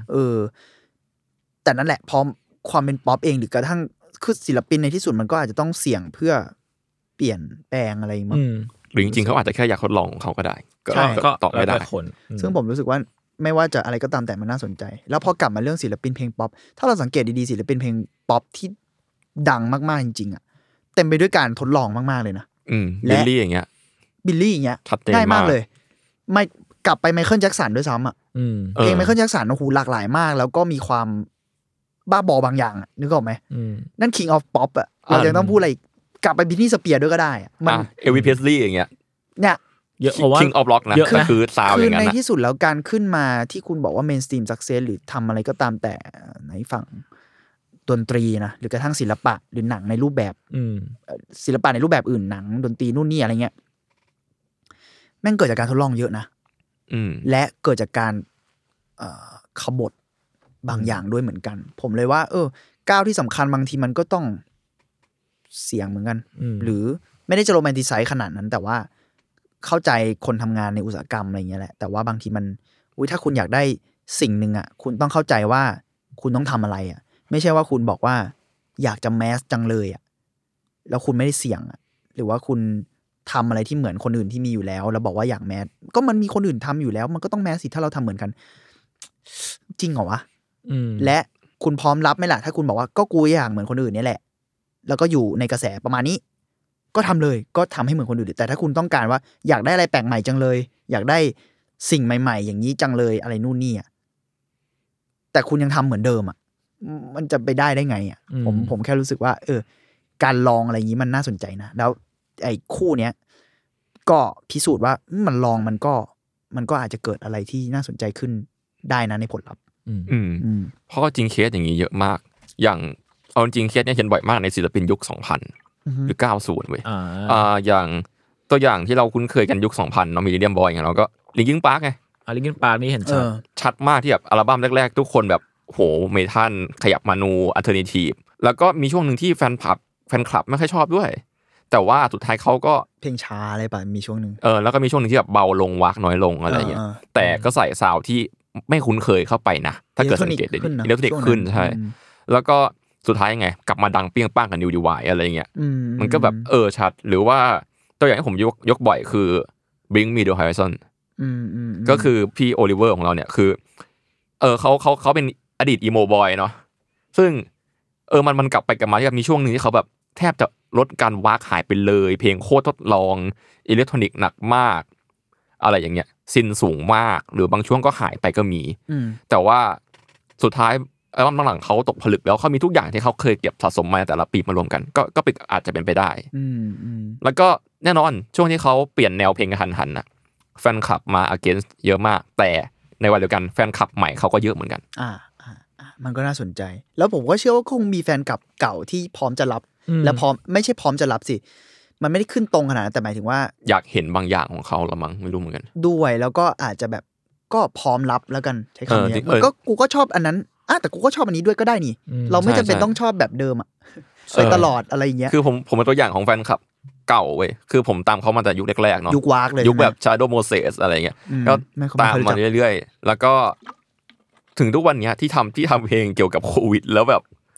แต่นั่นแหละพอความเป็นป๊อปเองหรือกระทั่งคือศิลปินในที่สุดมันก็อาจจะต้องเสี่ยงเพื่อเปลี่ยนแปลงอะไรมั้งหรือจริงๆเขาอาจจะแค่อยากทดลองของเขาก็ได้ก็ตอบไม่ได้ซึ่งผมรู้สึกว่าไม่ว่าจะอะไรก็ตามแต่มันน่าสนใจแล้วพอกลับมาเรื่องศิลปินเพลงป๊อปถ้าเราสังเกตดีๆศิลปินเพลงป๊อปที่ดังมากๆจริงๆเต็มไปด้วยการทดลองมากๆเลยนะบิลลี่อย่างเงี้ยง่ายมากเลยไม่กลับไปไมเคิลแจ็คสันด้วยซ้ำเพลงไมเคิลแจ็คสันโอ้โหหลากหลายมากแล้วก็มีความบ้าบอบางอย่างนึกออกไหมนั่น King of Pop เรายังต้องพูดอะไรกลับไปบิทนี่สเปียร์ด้วยก็ได้มันเอลวิสเพสลีย์อย่างเงี้ยเนี่ยเยอะเพราะว่า King of Rock นะคือซาวอย่างนั้นในที่สุดแล้วการขึ้นมาที่คุณบอกว่า mainstream success หรือทำอะไรก็ตามแต่ในฝั่งดนตรีนะหรือกระทั่งศิลปะหรือหนังในรูปแบบศิลปะในรูปแบบอื่นหนังดนตรีนู่นนี่อะไรเงี้ยแม่งเกิดจากการทดลองเยอะนะและเกิดจากการขบฏบางอย่างด้วยเหมือนกันผมเลยว่าก้าวที่สำคัญบางทีมันก็ต้องเสี่ยงเหมือนกันหรือไม่ได้จะโรแมนติไซส์ขนาดนั้นแต่ว่าเข้าใจคนทำงานในอุตสาหกรรมอะไรเงี้ยแหละแต่ว่าบางทีมันถ้าคุณอยากได้สิ่งนึงคุณต้องเข้าใจว่าคุณต้องทำอะไรไม่ใช่ว่าคุณบอกว่าอยากจะแมสจังเลยแล้วคุณไม่ได้เสี่ยงหรือว่าคุณทำอะไรที่เหมือนคนอื่นที่มีอยู่แล้วแล้วบอกว่าอยากแมสก็มันมีคนอื่นทำอยู่แล้วมันก็ต้องแมสสิถ้าเราทำเหมือนกันจริงเหรอวะและคุณพร้อมรับไหมล่ะถ้าคุณบอกว่าก็กูอยากเหมือนคนอื่นนี่แหละแล้วก็อยู่ในกระแสประมาณนี้ก็ทำเลยก็ทำให้เหมือนคนอื่นแต่ถ้าคุณต้องการว่าอยากได้อะไรแปลกใหม่จังเลยอยากได้สิ่งใหม่ๆอย่างนี้จังเลยอะไรนู่นนี่แต่คุณยังทำเหมือนเดิมมันจะไปได้ไงผมแค่รู้สึกว่าการลองอะไรอย่างนี้มันน่าสนใจนะแล้วไอ้คู่เนี้ยก็พิสูจน์ว่ามันลองมันก็อาจจะเกิดอะไรที่น่าสนใจขึ้นได้นะในผลลัพธ์เพราะจริงเคสอย่างนี้เยอะมากอย่างเอาจริงเคสเนี่ยเห็นบ่อยมากในศิลปินยุค 2000 หรือ 90 เว้ยอย่างตัวอย่างที่เราคุ้นเคยกันยุค 2000 เนาะมีลิเดียมบอยอย่างเราก็ลิงกิ้งปาร์คไงลิงกิ้งปาร์คนี่เห็นชัดมากที่แบบอัลบั้มแรกๆทุกคนแบบโหเมทัลขยับมานูอัลเทอร์เนทีฟแล้วก็มีช่วงนึงที่แฟนคลับไม่ค่อยชอบด้วยแต่ว่าสุดท้ายเขาก็เพลงช้าอะไรป่ะมีช่วงนึงแล้วก็มีช่วงนึงที่แบบเบาลงวากน้อยลงอะไรอย่างเงี้ยแต่ก็ใส่ซาวด์ที่ไม่คุ้นเคยเข้าไปนะถ้าเกิดสังเกตดีอิเล็กทรอนิกส์ขึ้นใช่แล้วก็สุดท้ายยังไงกลับมาดังเปี้ยงป้างกับนิวดีวายอะไรเงี้ยมันก็แบบชัดหรือว่าตัวอย่างที่ผมยกบ่อยคือ Bring Me the Horizon ก็คือพี่โอลิเวอร์ของเราเนี่ยคือเขาเป็นอดีตอีโมบอยเนาะซึ่งมันกลับไปกลับมาที่มีช่วงนึงที่เขาแบบแทบจะลดการวากหายไปเลยเพลงโคตรทดลองอิเล็กทรอนิกส์หนักมากอะไรอย่างเงี้ยซินสูงมากหรือบางช่วงก็หายไปก็มีแต่ว่าสุดท้ายอัลบั้มหลังเขาตกผลึกแล้วเขามีทุกอย่างที่เขาเคยเก็บสะสมมาแต่ละปีมารวมกันก็อาจจะเป็นไปได้แล้วก็แน่นอนช่วงที่เขาเปลี่ยนแนวเพลงกระทันหันน่ะแฟนคลับมา against เยอะมากแต่ในวันเดียวกันแฟนคลับใหม่เขาก็เยอะเหมือนกันมันก็น่าสนใจแล้วผมก็เชื่อว่าคงมีแฟนคลับเก่าที่พร้อมจะรับและพร้อมไม่ใช่พร้อมจะรับสิมันไม่ได้ขึ้นตรงขนาดนั้นแต่หมายถึงว่าอยากเห็นบางอย่างของเขาละมั้งไม่รู้เหมือนกันด้วยแล้วก็อาจจะแบบก็พร้อมรับแล้วกันใช้คำนี้มันก็กูก็ชอบอันนั้นแต่กูก็ชอบอันนี้ด้วยก็ได้นี่เราไม่จำเป็นต้องชอบแบบเดิมไปตลอดอะไรอย่างเงี้ยคือผมเป็นตัวอย่างของแฟนคลับเก่าเว้ยคือผมตามเขามาแต่ยุคแรกๆเนาะยุควากเลยยุคแบบ Shadow Moses อะไรเงี้ยก็ตามมาเรื่อยๆแล้วก็ถึงทุกวันนี้ที่ทำเพลงเกี่ยวกับโควิดแล้วแบบ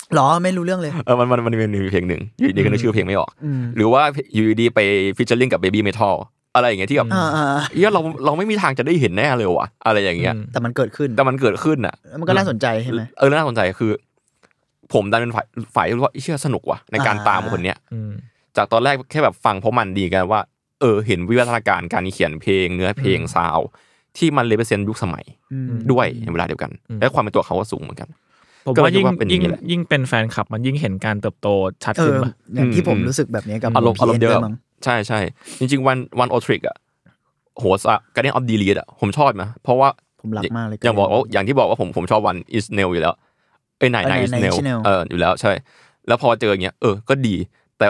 หรอไม่รู้เรื่องเลยมันมีเพลงหนึ่งอยู่ดีก็นึกชื่อเพลงไม่ออกหรือว่าอยู่ดีไปฟีเจอริ่งกับ Baby Metal อะไรอย่างเงี้ยที่แบบเราไม่มีทางจะได้เห็นแน่เลยว่ะอะไรอย่างเงี้ยแต่มันเกิดขึ้นอ่ะมันก็น่าสนใจใช่ไหมน่าสนใจคือผมดันเป็นฝ่ายรู้ว่าเชื่อสนุกว่ะในการตามคนเนี้ยจากตอนแรกแค่แบบฟังเพราะมันดีกันว่าเห็นวิวัฒนาการการเขียนเพลงเนื้อเพลงซาวที่มันเลเวอเรนซ์ยุคสมัยด้วยในเวลาเดียวกันและความเป็นตัวเขาก็สูงเหมือนกันผมว่ายิ่งเป็นแฟนคลับมันยิ่งเห็นการเติบโตชัดขึ้นป่ะอย่างที่ผมรู้สึกแบบนี้กับอารมณ์เดียวใช่จริงๆวันโอทริกอ่ะโหการ์เด้นออฟดีลีดอ่ะผมชอบนะเพราะว่าผมรักมากเลยอย่างที่บอกว่าผมชอบวันอิสเนลอยู่แล้วไหนอิสเนลอยู่แล้วใช่แล้วพอเจออย่างเงี้ยก็ดีแต่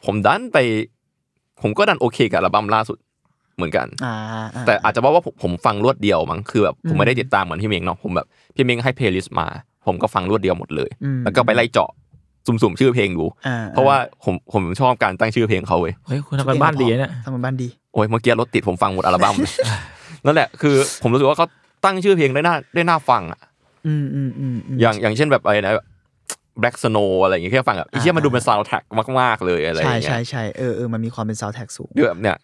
ผมก็ดันโอเคกับอัลบั้มล่าสุดเหมือนกันแต่อาจจะว่าผมฟังรวดเดียวมั้งคือแบบผมไม่ได้ติดตามเหมือนพี่เมงเนาะผมแบบพี่เมงให้เพลย์ลิสต์มาผมก็ฟังรวดเดียวหมดเลยแล้วก็ไปไล่เจาะสุ่มๆชื่อเพลงดูเพราะว่าผมชอบการตั้งชื่อเพลงเขาเว้ยเฮ้ยคุณทำบ้านดีเนี่ยทำบ้านดีโอ้ยเมื่อกี้รถติดผมฟังหมดอัลบั้มนั่นแหละคือผมรู้สึกว่าเขาตั้งชื่อเพลงได้น่าฟังอ่ะอย่างเช่นแบบอะไรนะBlack Snow อะไรอย่างเงี้ยแค่ฟังอ่ะไอ้เหี้ยมันดูเป็นซาวด์แทร็กมากๆเลยอะไรอย่างเงี้ยใช่มันมีความเป็นซาวด์แทร็กสูงแบบเนี่ย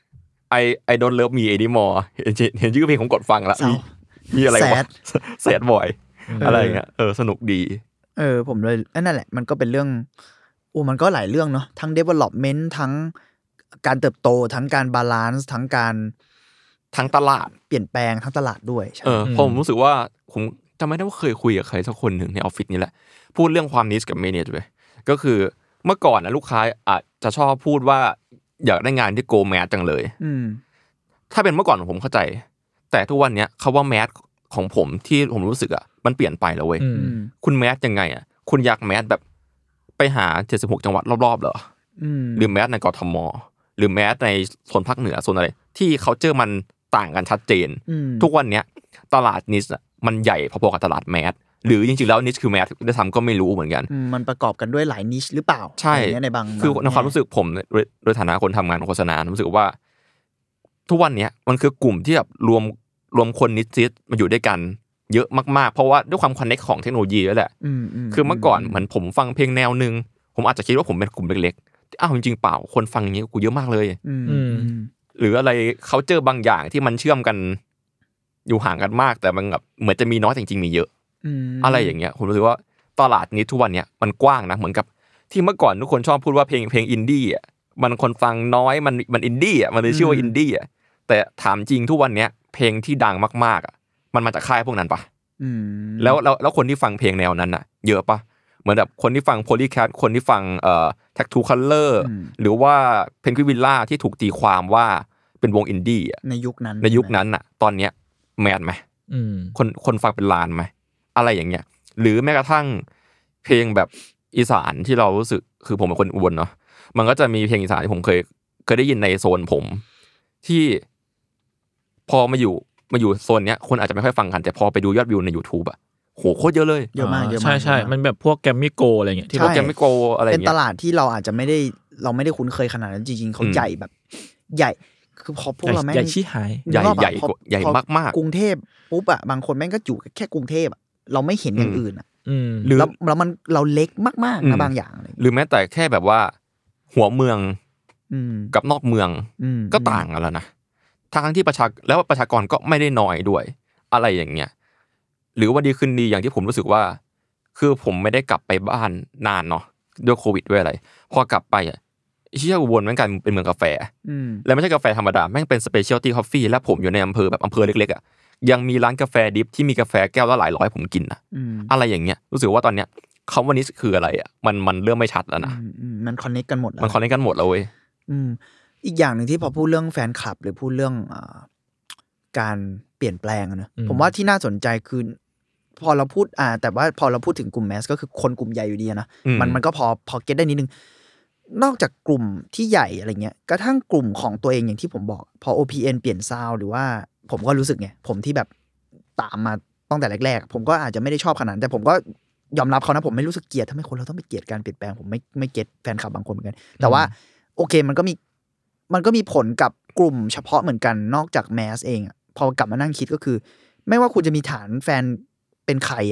I don't love me anymore เห็นชื่อเพลงผมกดฟังแล้วมีอะไรวะแซดบ่อยอะไรอย่างเงี้ยสนุกดีผมเลยนั่นแหละมันก็เป็นเรื่องมันก็หลายเรื่องเนาะทั้ง development ทั้งการเติบโตทั้งการบาลานซ์ทั้งตลาดเปลี่ยนแปลงทั้งตลาดด้วยผมรู้สึกว่าผมจำไม่ได้ว่าเคยคุยกับใครสักคนหนึ่งในออฟฟิศนี่แหละพูดเรื่องความนิชกับเมเนจเว้ยก็คือเมื่อก่อนนะลูกค้าอาจจะชอบพูดว่าอยากได้งานที่โกแมสจังเลยถ้าเป็นเมื่อก่อนผมเข้าใจแต่ทุกวันนี้คำว่าแมสของผมที่ผมรู้สึกอ่ะมันเปลี่ยนไปแล้วเว้ยคุณแมสยังไงอ่ะคุณอยากแมสแบบไปหา76จังหวัดรอบๆเหรอหรือแมสในกทมหรือแมสในโซนภาคเหนือโซนอะไรที่เขาเจอมันต่างกันชัดเจนทุกวันนี้ตลาดนิชมันใหญ่พอๆกับตลาดแมสหรือจริงๆแล้วนิชคือแมสได้ทำก็ไม่รู้เหมือนกันมันประกอบกันด้วยหลายนิชหรือเปล่าใช่ในบางคือในความรู้สึกผมโดยฐานะคนทำงานโฆษณารู้สึกว่าทุกวันนี้มันคือกลุ่มที่แบบรวมคนนิชมาอยู่ด้วยกันเยอะมากๆเพราะว่าด้วยความคอนเนคของเทคโนโลยีด้วยแหละคือเมื่อก่อนเหมือนผมฟังเพลงแนวนึงผมอาจจะคิดว่าผมเป็นกลุ่มเล็กๆจริงๆเปล่าคนฟังอย่างนี้กูเยอะมากเลยหรืออะไรเขาเจอบางอย่างที่มันเชื่อมกันอยู่ห่างกันมากแต่มันแบบเหมือนจะมีน้อยจริงๆมีเยอะอะไรอย่างเงี้ยผมรู้สึกว่าตลาดนี้ทุกวันเนี้ยมันกว้างนะเหมือนกับที่เมื่อก่อนทุกคนชอบพูดว่าเพลงอินดี้อ่ะมันคนฟังน้อยมันอินดี้อ่ะมันเลยชื่อว่าอินดี้อ่ะแต่ถามจริงทุกวันเนี้ยเพลงที่ดังมากๆอ่ะมันมาจากค่ายพวกนั้นปะแล้วคนที่ฟังเพลงแนวนั้นอ่ะเยอะปะเหมือนแบบคนที่ฟัง Polycat คนที่ฟังTattoo Color หรือว่าเพนกวินวิลล่าที่ถูกตีความว่าเป็นวงอินดี้อ่ะในยุคนั้นอ่ะตอนเนี้ยแมสมั้ยคนฟังเป็นล้านมั้ยอะไรอย่างเงี้ยหรือแม้กระทั่งเพลงแบบอีสานที่เรารู้สึกคือผมเป็นคนอุบลเนาะมันก็จะมีเพลงอีสานที่ผมเคยได้ยินในโซนผมที่พอมาอยู่โซนเนี้ยคนอาจจะไม่ค่อยฟังกันแต่พอไปดูยอดวิวใน YouTube อ่ะโหโคตรเยอะเลยเยอะมากใช่มันแบบพวกแกมมี่โกอะไรเงี้ยที่พวกแกมมี่โกอะไรเงี้ยเป็นตลาดที่เราอาจจะไม่ได้คุ้นเคยขนาดนั้นจริงๆเขาใหญ่แบบใหญ่คือพอพวกเราแม่งใหญ่ชี้หายใหญ่มากๆกรุงเทพปุ๊บอ่ะบางคนแม่งก็อยู่แค่กรุงเทพเราไม่เห็นอย่างอื่นอ่ะหรือแล้วมันเราเล็กมากๆนะบางอย่างหรือแม้แต่แค่แบบว่าหัวเมืองกับนอกเมืองก็ต่างกันแล้วนะทั้งที่ประชากรก็ไม่ได้น้อยด้วยอะไรอย่างเงี้ยหรือว่าดีขึ้นดีอย่างที่ผมรู้สึกว่าคือผมไม่ได้กลับไปบ้านนานเนาะด้วยโควิดด้วยอะไรพอกลับไปอ่ะเชี่ยอุบลเหมือนกันเป็นเมืองกาแฟแล้วไม่ใช่กาแฟธรรมดาแม่งเป็นสเปเชียลตี้คอฟฟี่และผมอยู่ในอำเภอแบบอำเภอเล็กๆอ่ะยังมีร้านกาแฟดิฟที่มีกาแฟแก้วละหลายร้อยผมกินนะอะไรอย่างเงี้ยรู้สึกว่าตอนเนี้ยคำว่านี้คืออะไรอ่ะมันเริ่มไม่ชัดแล้วนะมันคอนเนคกันหมดแล้วมันคอนเนคกันหมดแล้วเว้ยอีกอย่างนึงที่พอพูดเรื่องแฟนคลับหรือพูดเรื่องการเปลี่ยนแปลงนะผมว่าที่น่าสนใจคือพอเราพูดแต่ว่าพอเราพูดถึงกลุ่มแมสก็คือคนกลุ่มใหญ่อยู่ดีนะมันก็พอเก็ตได้นิดนึงนอกจากกลุ่มที่ใหญ่อะไรเงี้ยกระทั่งกลุ่มของตัวเองอย่างที่ผมบอกพอ OPN เปลี่ยนซาวด์หรือว่าผมก็รู้สึกไงผมที่แบบตามมาตั้งแต่แรกๆผมก็อาจจะไม่ได้ชอบขนาดนั้นแต่ผมก็ยอมรับเขานะผมไม่รู้สึกเกลียดทำไมคนเราต้องไปเกลียดการเปลี่ยนแปลงผมไม่เก็ตแฟนคลับบางคนเหมือนกันแต่ว่าโอเคมันก็มีผลกับกลุ่มเฉพาะเหมือนกันนอกจากแมสเองพอกลับมานั่งคิดก็คือไม่ว่าคุณจะมีฐานแฟนเป็นใคร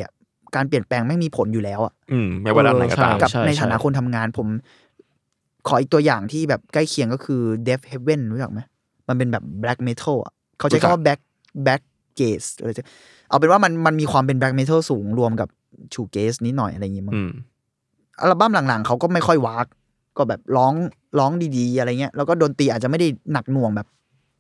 การเปลี่ยนแปลงไม่มีผลอยู่แล้วอ่ะไม่ว่าด้านไหนก็ตามกับในฐานะคนทำงานผมขออีกตัวอย่างที่แบบใกล้เคียงก็คือ Death Heaven รู้จักไหมมันเป็นแบบ black metal อ่ะเขาใช้คำว่า black gaze อะไรจะเอาเป็นว่ามันมีความเป็น black metal สูงรวมกับ shoegaze นิดหน่อยอะไรอย่างงี้มั้งอัลบั้มหลังๆเขาก็ไม่ค่อยวากก็แบบร้องดีๆอะไรเงี้ยแล้วก็ดนตรีอาจจะไม่ได้หนักหน่วงแบบ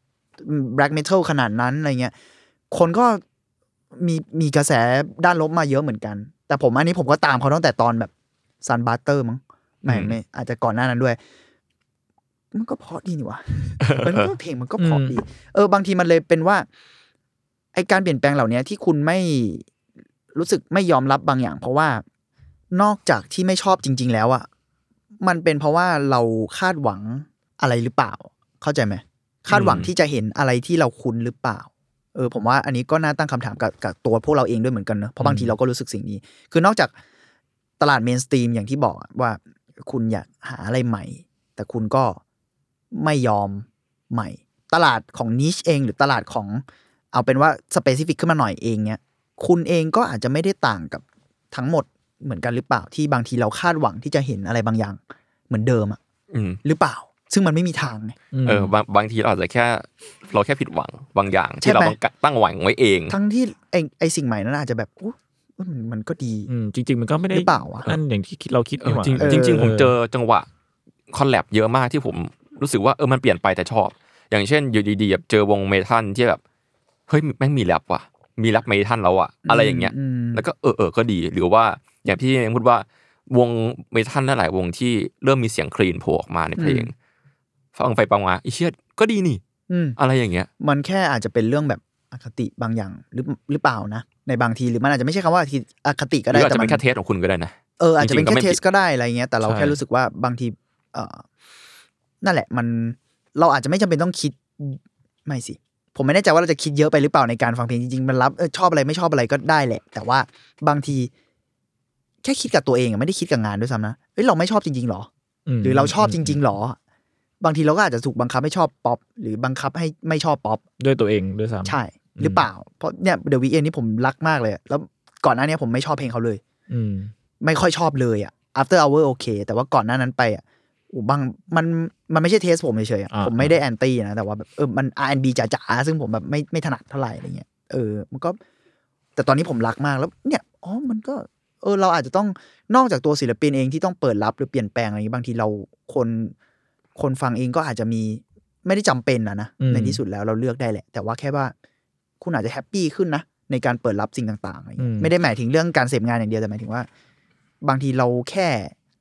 black metal ขนาดนั้นอะไรเงี้ยคนก็มีกระแสด้านลบมาเยอะเหมือนกันแต่ผมอันนี้ผมก็ตามเขาตั้งแต่ตอนแบบ Sunbuster มั้งไม่อาจจะก่อนหน้านั้นด้วยมันก็เพราะดีนี่วะ มันก็เพลงมันก็เพราะดีบางทีมันเลยเป็นว่าไอการเปลี่ยนแปลงเหล่านี้ที่คุณไม่รู้สึกไม่ยอมรับบางอย่างเพราะว่านอกจากที่ไม่ชอบจริงๆแล้วอ่ะมันเป็นเพราะว่าเราคาดหวังอะไรหรือเปล่าเข้าใจไหมคาดหวังที่จะเห็นอะไรที่เราคุ้นหรือเปล่าผมว่าอันนี้ก็น่าตั้งคำถามกับตัวพวกเราเองด้วยเหมือนกันเนอะเพราะบางทีเราก็รู้สึกสิ่งนี้คือนอกจากตลาดเมนสตรีมอย่างที่บอกว่าคุณอยากหาอะไรใหม่แต่คุณก็ไม่ยอมใหม่ตลาดของนิชเองหรือตลาดของเอาเป็นว่าสเปซิฟิกขึ้นมาหน่อยเองเนี้ยคุณเองก็อาจจะไม่ได้ต่างกับทั้งหมดเหมือนกันหรือเปล่าที่บางทีเราคาดหวังที่จะเห็นอะไรบางอย่างเหมือนเดิมอะหรือเปล่าซึ่งมันไม่มีทางไงบางทีเราอาจจะเราแค่ผิดหวังบางอย่างที่เราตั้งหวังไว้เองทั้งที่ไอสิ่งใหม่นั้นอาจจะแบบมันก็ดีจริงๆมันก็ไม่ได้เปล่านั่นอย่างที่เราคิดนี่หว่าจริงๆผมเจอจังหวะคอลแลบเยอะมากที่ผมรู้สึกว่ามันเปลี่ยนไปแต่ชอบอย่างเช่นอยู่ดีๆแบบเจอวงเมทัลที่แบบเฮ้ยแม่งมีแรปว่ะมีแรปเมทัลแล้วอ่ะอะไรอย่างเงี้ยแล้วก็ก็ดีหรือว่าอย่างที่พูดว่าวงเมทัลหลายๆวงที่เริ่มมีเสียงคลีนโผล่ออกมาในเพลงฟังไปฟังมาไอ้เชี่ยก็ดีนี่อะไรอย่างเงี้ยมันแค่อาจจะเป็นเรื่องแบบอคติบางอย่างหรือเปล่านะในบางทีหรือมันอาจจะไม่ใช่คำว่าอคติก็ได้แต่มันแค่เทสของคุณก็ได้นะอาจจะเป็นแค่เทสก็ได้อะไรเงี้ยแต่เราแค่รู้สึกว่าบางทีนั่นแหละมันเราอาจจะไม่จำเป็นต้องคิดไม่สิผมไม่แน่ใจว่าเราจะคิดเยอะไปหรือเปล่าในการฟังเพลงจริงๆมันรับชอบอะไรไม่ชอบอะไรก็ได้แหละแต่ว่าบางทีแค่คิดกับตัวเองไม่ได้คิดกับงานด้วยซ้ำนะเราไม่ชอบจริงๆหรอหรือเราชอบจริงๆหรอบางทีเราก็อาจจะถูกบังคับให้ชอบป๊อปหรือบังคับให้ไม่ชอบป๊อปด้วยตัวเองด้วยซ้ำใช่หรือเปล่าเพราะเนี่ย The Weeknd นี่ผมรักมากเลยแล้วก่อนหน้านี้ผมไม่ชอบเพลงเขาเลยไม่ค่อยชอบเลยอ่ะ After Hour โอเคแต่ว่าก่อนหน้านั้นไปอ่ะบางมันไม่ใช่เทสผมเฉยๆผมไม่ได้แอนตี้นะแต่ว่าแบบมัน R&B จ๋าๆซึ่งผมแบบไม่ถนัดเท่าไหร่อะไรเงี้ยมันก็แต่ตอนนี้ผมรักมากแล้วเนี่ยมันก็เราอาจจะต้องนอกจากตัวศิลปินเองที่ต้องเปิดรับหรือเปลี่ยนแปลงอะไรบางทีเราคนฟังเองก็อาจจะมีไม่ได้จำเป็นนะในที่สุดแล้วเราเลือกได้แหละแต่ว่าแค่ว่าคุณอาจจะแฮปปี้ขึ้นนะในการเปิดรับสิ่งต่างๆอะไรเงี้ยไม่ได้หมายถึงเรื่องการเสพงานอย่างเดียวแต่หมายถึงว่าบางทีเราแค่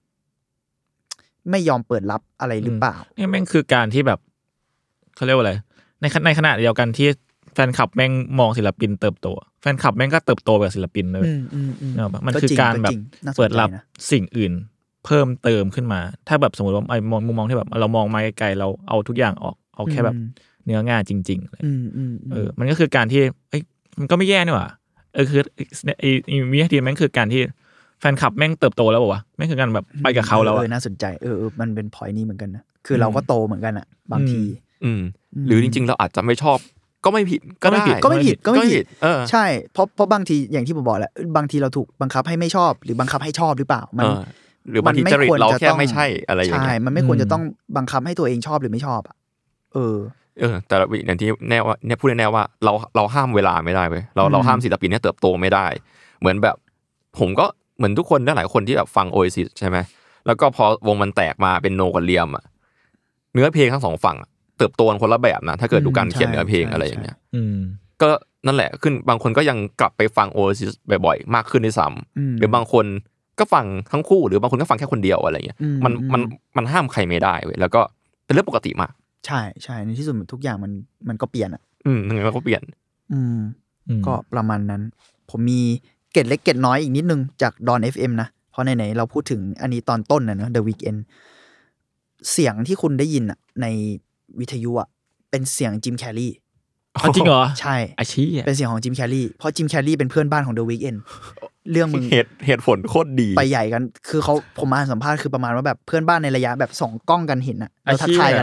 ไม่ยอมเปิดรับอะไรหรือเปล่านี่แม่งคือการที่แบบเขาเรียกว่าอะไรในขณะเดียวกันที่แฟนคลับแม่งมองศิลปินเติบโตแฟนคลับแม่งก็เติบโตแบบศิลปินเลยมันคือการแบบเปิดรับสิ่งอื่นเพิ่มเติมขึ้นมาถ้าแบบสมมติว่ามุมมองที่แบบเรามองมาไกลๆเราเอาทุกอย่างออกเอาแค่แบบเนื้องานจริงๆมันก็คือการที่มันก็ไม่แย่นี่หว่าคือไอ้วิธีแม่งคือการที่แฟนคลับแม่งเติบโตแล้วป่ะวะแม่งคือการแบบไปกับเขาแล้วน่าสนใจมันเป็น point นี้เหมือนกันนะคือเราก็โตเหมือนกันอ่ะบางทีหรือจริงๆเราอาจจะไม่ชอบก็ไม่ผิดก็ไม่ผิดใช่เพราะบางทีอย่างที่ผมบอกแหละบางทีเราถูกบังคับให้ไม่ชอบหรือบังคับให้ชอบหรือเปล่ามันหรือบางทีจริตเราแค่ไม่ใช่อะไรอย่างเงี้ยใช่มันไม่ควรจะต้องบังคับให้ตัวเองชอบหรือไม่ชอบอ่ะแต่อย่างที่แน่ว่าเนี่ยพูดแน่ว่าเราห้ามเวลาไม่ได้เว้ยเราห้ามศิลปินเนี่ยเติบโตไม่ได้เหมือนแบบผมก็เหมือนทุกคนหลายคนที่แบบฟัง Oasis ใช่ไหมแล้วก็พอวงมันแตกมาเป็นโนกับเลียมอ่ะเนื้อเพลงทั้งสองฝั่งเติบโตกันคนละแบบนะถ้าเกิดดูการเขียนเนื้อเพลงอะไรอย่างเงี้ยก็นั่นแหละขึ้นบางคนก็ยังกลับไปฟัง Oasis บ่อยๆมากขึ้นด้วยซ้ำหรือบางคนก็ฟังทั้งคู่หรือบางคนก็ฟังแค่คนเดียวอะไรเงี้ยมันห้ามใครไม่ได้เว้ยแล้วก็เป็นเรื่องปกติมากใช่ในที่สุดทุกอย่างมันก็เปลี่ยนอ่ะมันก็เปลี่ยนก็ประมาณนั้นผมมีเกร็ดเล็กเกร็ดน้อยอีกนิดนึงจาก Dawn FM นะเพราะไหนๆเราพูดถึงอันนี้ตอนต้นนะ The Weeknd เสียงที่คุณได้ยินอ่ะในวิทยุอ่ะเป็นเสียงจิมแคร์รีจริงเหรอใช่อาชีพเป็นเสียงของจิมแคร์รีเพราะจิมแคร์รีเป็นเพื่อนบ้านของ The Weeknd เรื่องมึงเหตุผลโคตรดีไปใหญ่กันคือผมมาสัมภาษณ์คือประมาณว่าแบบเพื่อนบ้านในระยะแบบ2กล้องกันเห็นอ่ะแล้วทักทายกันอ่ะ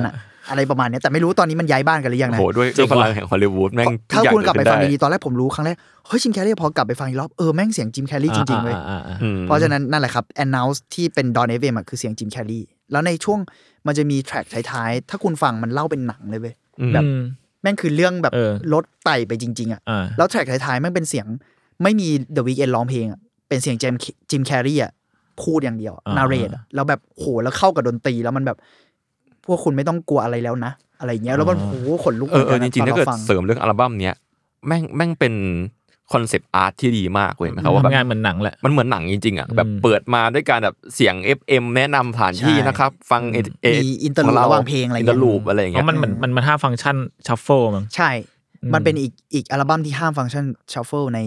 อะไรประมาณนี้แต่ไม่รู้ตอนนี้มันย้ายบ้านกันหรือยังนะโหด้วยพลังแห่งฮอลลีวูดแม่งถ้าคุณกลับไปฟังดีๆตอนแรกผมรู้ครั้งแรกเฮ้ยจิมแคร์รีพอกลับไปฟังอีกรอบแม่งเสียงจิมแคร์รีจริงๆเว้ยเพราะฉะนั้นนั่นแหละครับ announce ที่เป็น Dawn FM คือเสียงจิมแคร์รีแล้วในช่วงมันจะมีแทร็กท้ายๆถ้าคุณฟังมันเล่าเป็นหนังเลยเว้ยแบบแม่งคือเรื่องแบบรถไต่ไปจริงๆอ่ะแล้วแทร็กท้ายๆแม่งเป็นเสียงไม่มี The Weeknd ร้องเพลงอ่ะเป็นเสียงจิมแคร์รีอ่ะพูดอย่างเดียวนาเรตแล้วแบบโหแล้วเข้ากับดนตรีแล้วมันแบบพวกคุณไม่ต้องกลัวอะไรแล้วนะอะไรเงี้ยแล้วมันโหขนลุกจริงๆถ้าเกิดเสริมเรื่องอัลบั้มเนี้ยแม่งเป็นคอนเซปต์อาร์ตที่ดีมากเว้ยนะครับว่าแบบงานเหมือนหนังแหละมันเหมือนหนังจริงๆอ่ะแบบเปิดมาด้วยการแบบเสียง FM แนะนำสถานที่นะครับฟังมีอินเตอร์ลูประหว่างเพลงอะไรอินเตอร์ลูปอะไรอย่างเงี้ยมันห้าฟังก์ชันชัฟเฟิลมั้งใช่มันเป็นอีกอัลบั้มที่ห้ามฟังก์ชันชัฟเฟิลใน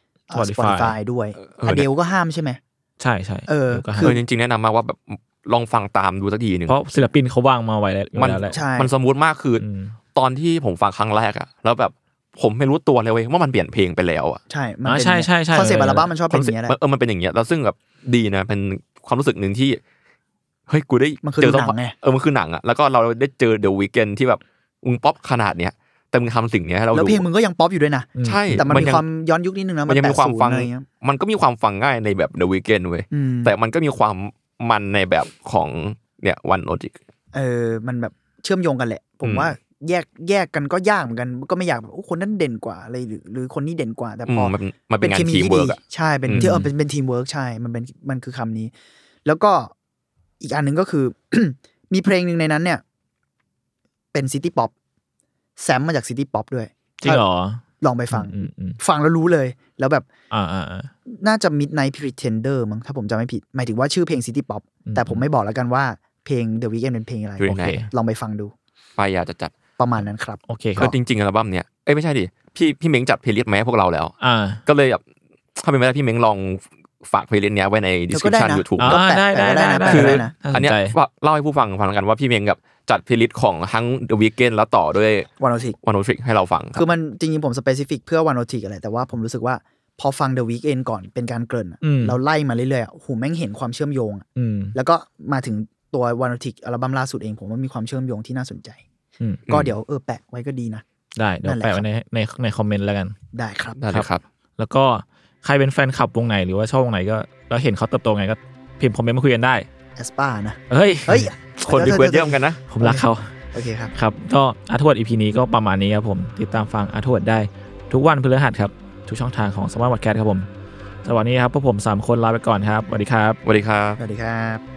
Spotify ด้วยอเดลก็ห้ามใช่ไหมใช่ๆคือจริงๆแนะนำมากว่าแบบลองฟังตามดูสักทีนึงเพราะศิลปินเขาวางมาไว้แล้วมันสมูทมากคือตอนที่ผมฟังครั้งแรกอ่ะแล้วแบบผมไม่รู้ตัวเลยเว้ยว่ามันเปลี่ยนเพลงไปแล้วอ่ะใช่ใช่คอนเซ็ปต์อัลบั้มมันชอบเป็นอย่างเงี้ยแหละมันเป็นอย่างเงี้ยแล้วซึ่งแบบดีนะเป็นความรู้สึกนึงที่เฮ้ยกูได้เจอหนังไงมันคือหนังอ่ะแล้วก็เราได้เจอ The Weeknd ที่แบบมึงป๊อปขนาดเนี้ยแต่มึงทำสิ่งเนี้ยให้เราดูแล้วเพลงมึงก็ยังป๊อปอยู่ด้วยนะใช่แต่มันมีความย้อนยุคนิดนึงนะมันยังมีความฟังมันก็มีความฟังง่ายในแบบ The Weeknd เว้ยแต่มันก็มีความมันในแบบของเนี่ยวันโอจิมันแบบเชื่อมโยงกันแหละผมว่าแยกกันก็ยากเหมือนกันก็ไม่อยากแบบคนนั้นเด่นกว่าอะไรหรือคนนี้เด่นกว่าแต่พอมันเป็นงานทีมเวิร์กใช่เป็นที่เป็นทีมเวิร์กใช่มันคือคำนี้แล้วก็อีกอันนึงก็คือ มีเพลงนึงในนั้นเนี่ยเป็นซิตี้ป๊อปแซมมาจากซิตี้ป๊อปด้วยจริงเหรอลองไปฟังแล้วรู้เลยแล้วแบบน่าจะ Midnight Pretender มั้งถ้าผมจำไม่ผิดหมายถึงว่าชื่อเพลงซิตี้ป๊อปแต่ผมไม่บอกแล้วกันว่าเพลง The Weeknd เป็นเพลงอะไรลองไปฟังดูไปอยากจะจัดประมาณนั้นครับโอเคครับจริงๆอัลบั้มเนี้ยไม่ใช่ดิพี่เม้งจัดเพลย์ลิสต์มาให้พวกเราแล้วก็เลยแบบถ้าเป็นไปได้พี่เม้งลองฝากเพลย์ลิสต์เนี้ยไว้ใน description YouTube ได้คืออันเนี้ยเล่าให้ผู้ฟังกันว่าพี่เม้งกับจัดเพลย์ลิสต์ของทั้ง The Weeknd แล้วต่อด้วย One Otic ให้เราฟังคือมันจริงๆผมสเปซิฟิกเพื่อ One Otic อะไรแต่ว่าผมรู้สึกว่าพอฟัง The Weeknd ก่อนเป็นการเกริ่นเราไล่มาเรื่อยๆโอ้โหแม่งเห็นความเชื่อมโยงแล้วก็มาถึงตัว One Otic อัลบั้มล่าสุดเองผมว่ามีความเชื่อมโยงที่น่าสนใจก็เดี๋ยวแปะไว้ก็ดีนะได้เดี๋ยวแปะไว้ในคอมเมนต์แล้วกันได้ครับแล้วก็ใครเป็นแฟนคลับวงไหนหรือว่าชอบวงไหนก็แล้วเห็นเขาเติบโตไงก็พิมพ์คอมเมนต์มาคุยกันได้แอสปานะเฮ้ยคนรีเควสเยอะกันนะผมรักเขาโอเคครับครับก็อาร์ทวด EP นี้ก็ประมาณนี้ครับผมติดตามฟังอาร์ทวดได้ทุกวันพฤหัสครับทุกช่องทางของ Smart Podcast ครับผมสวัสดีครับพวกผม3คนลาไปก่อนครับสวัสดีครับสวัสดีครับสวัสดีครับ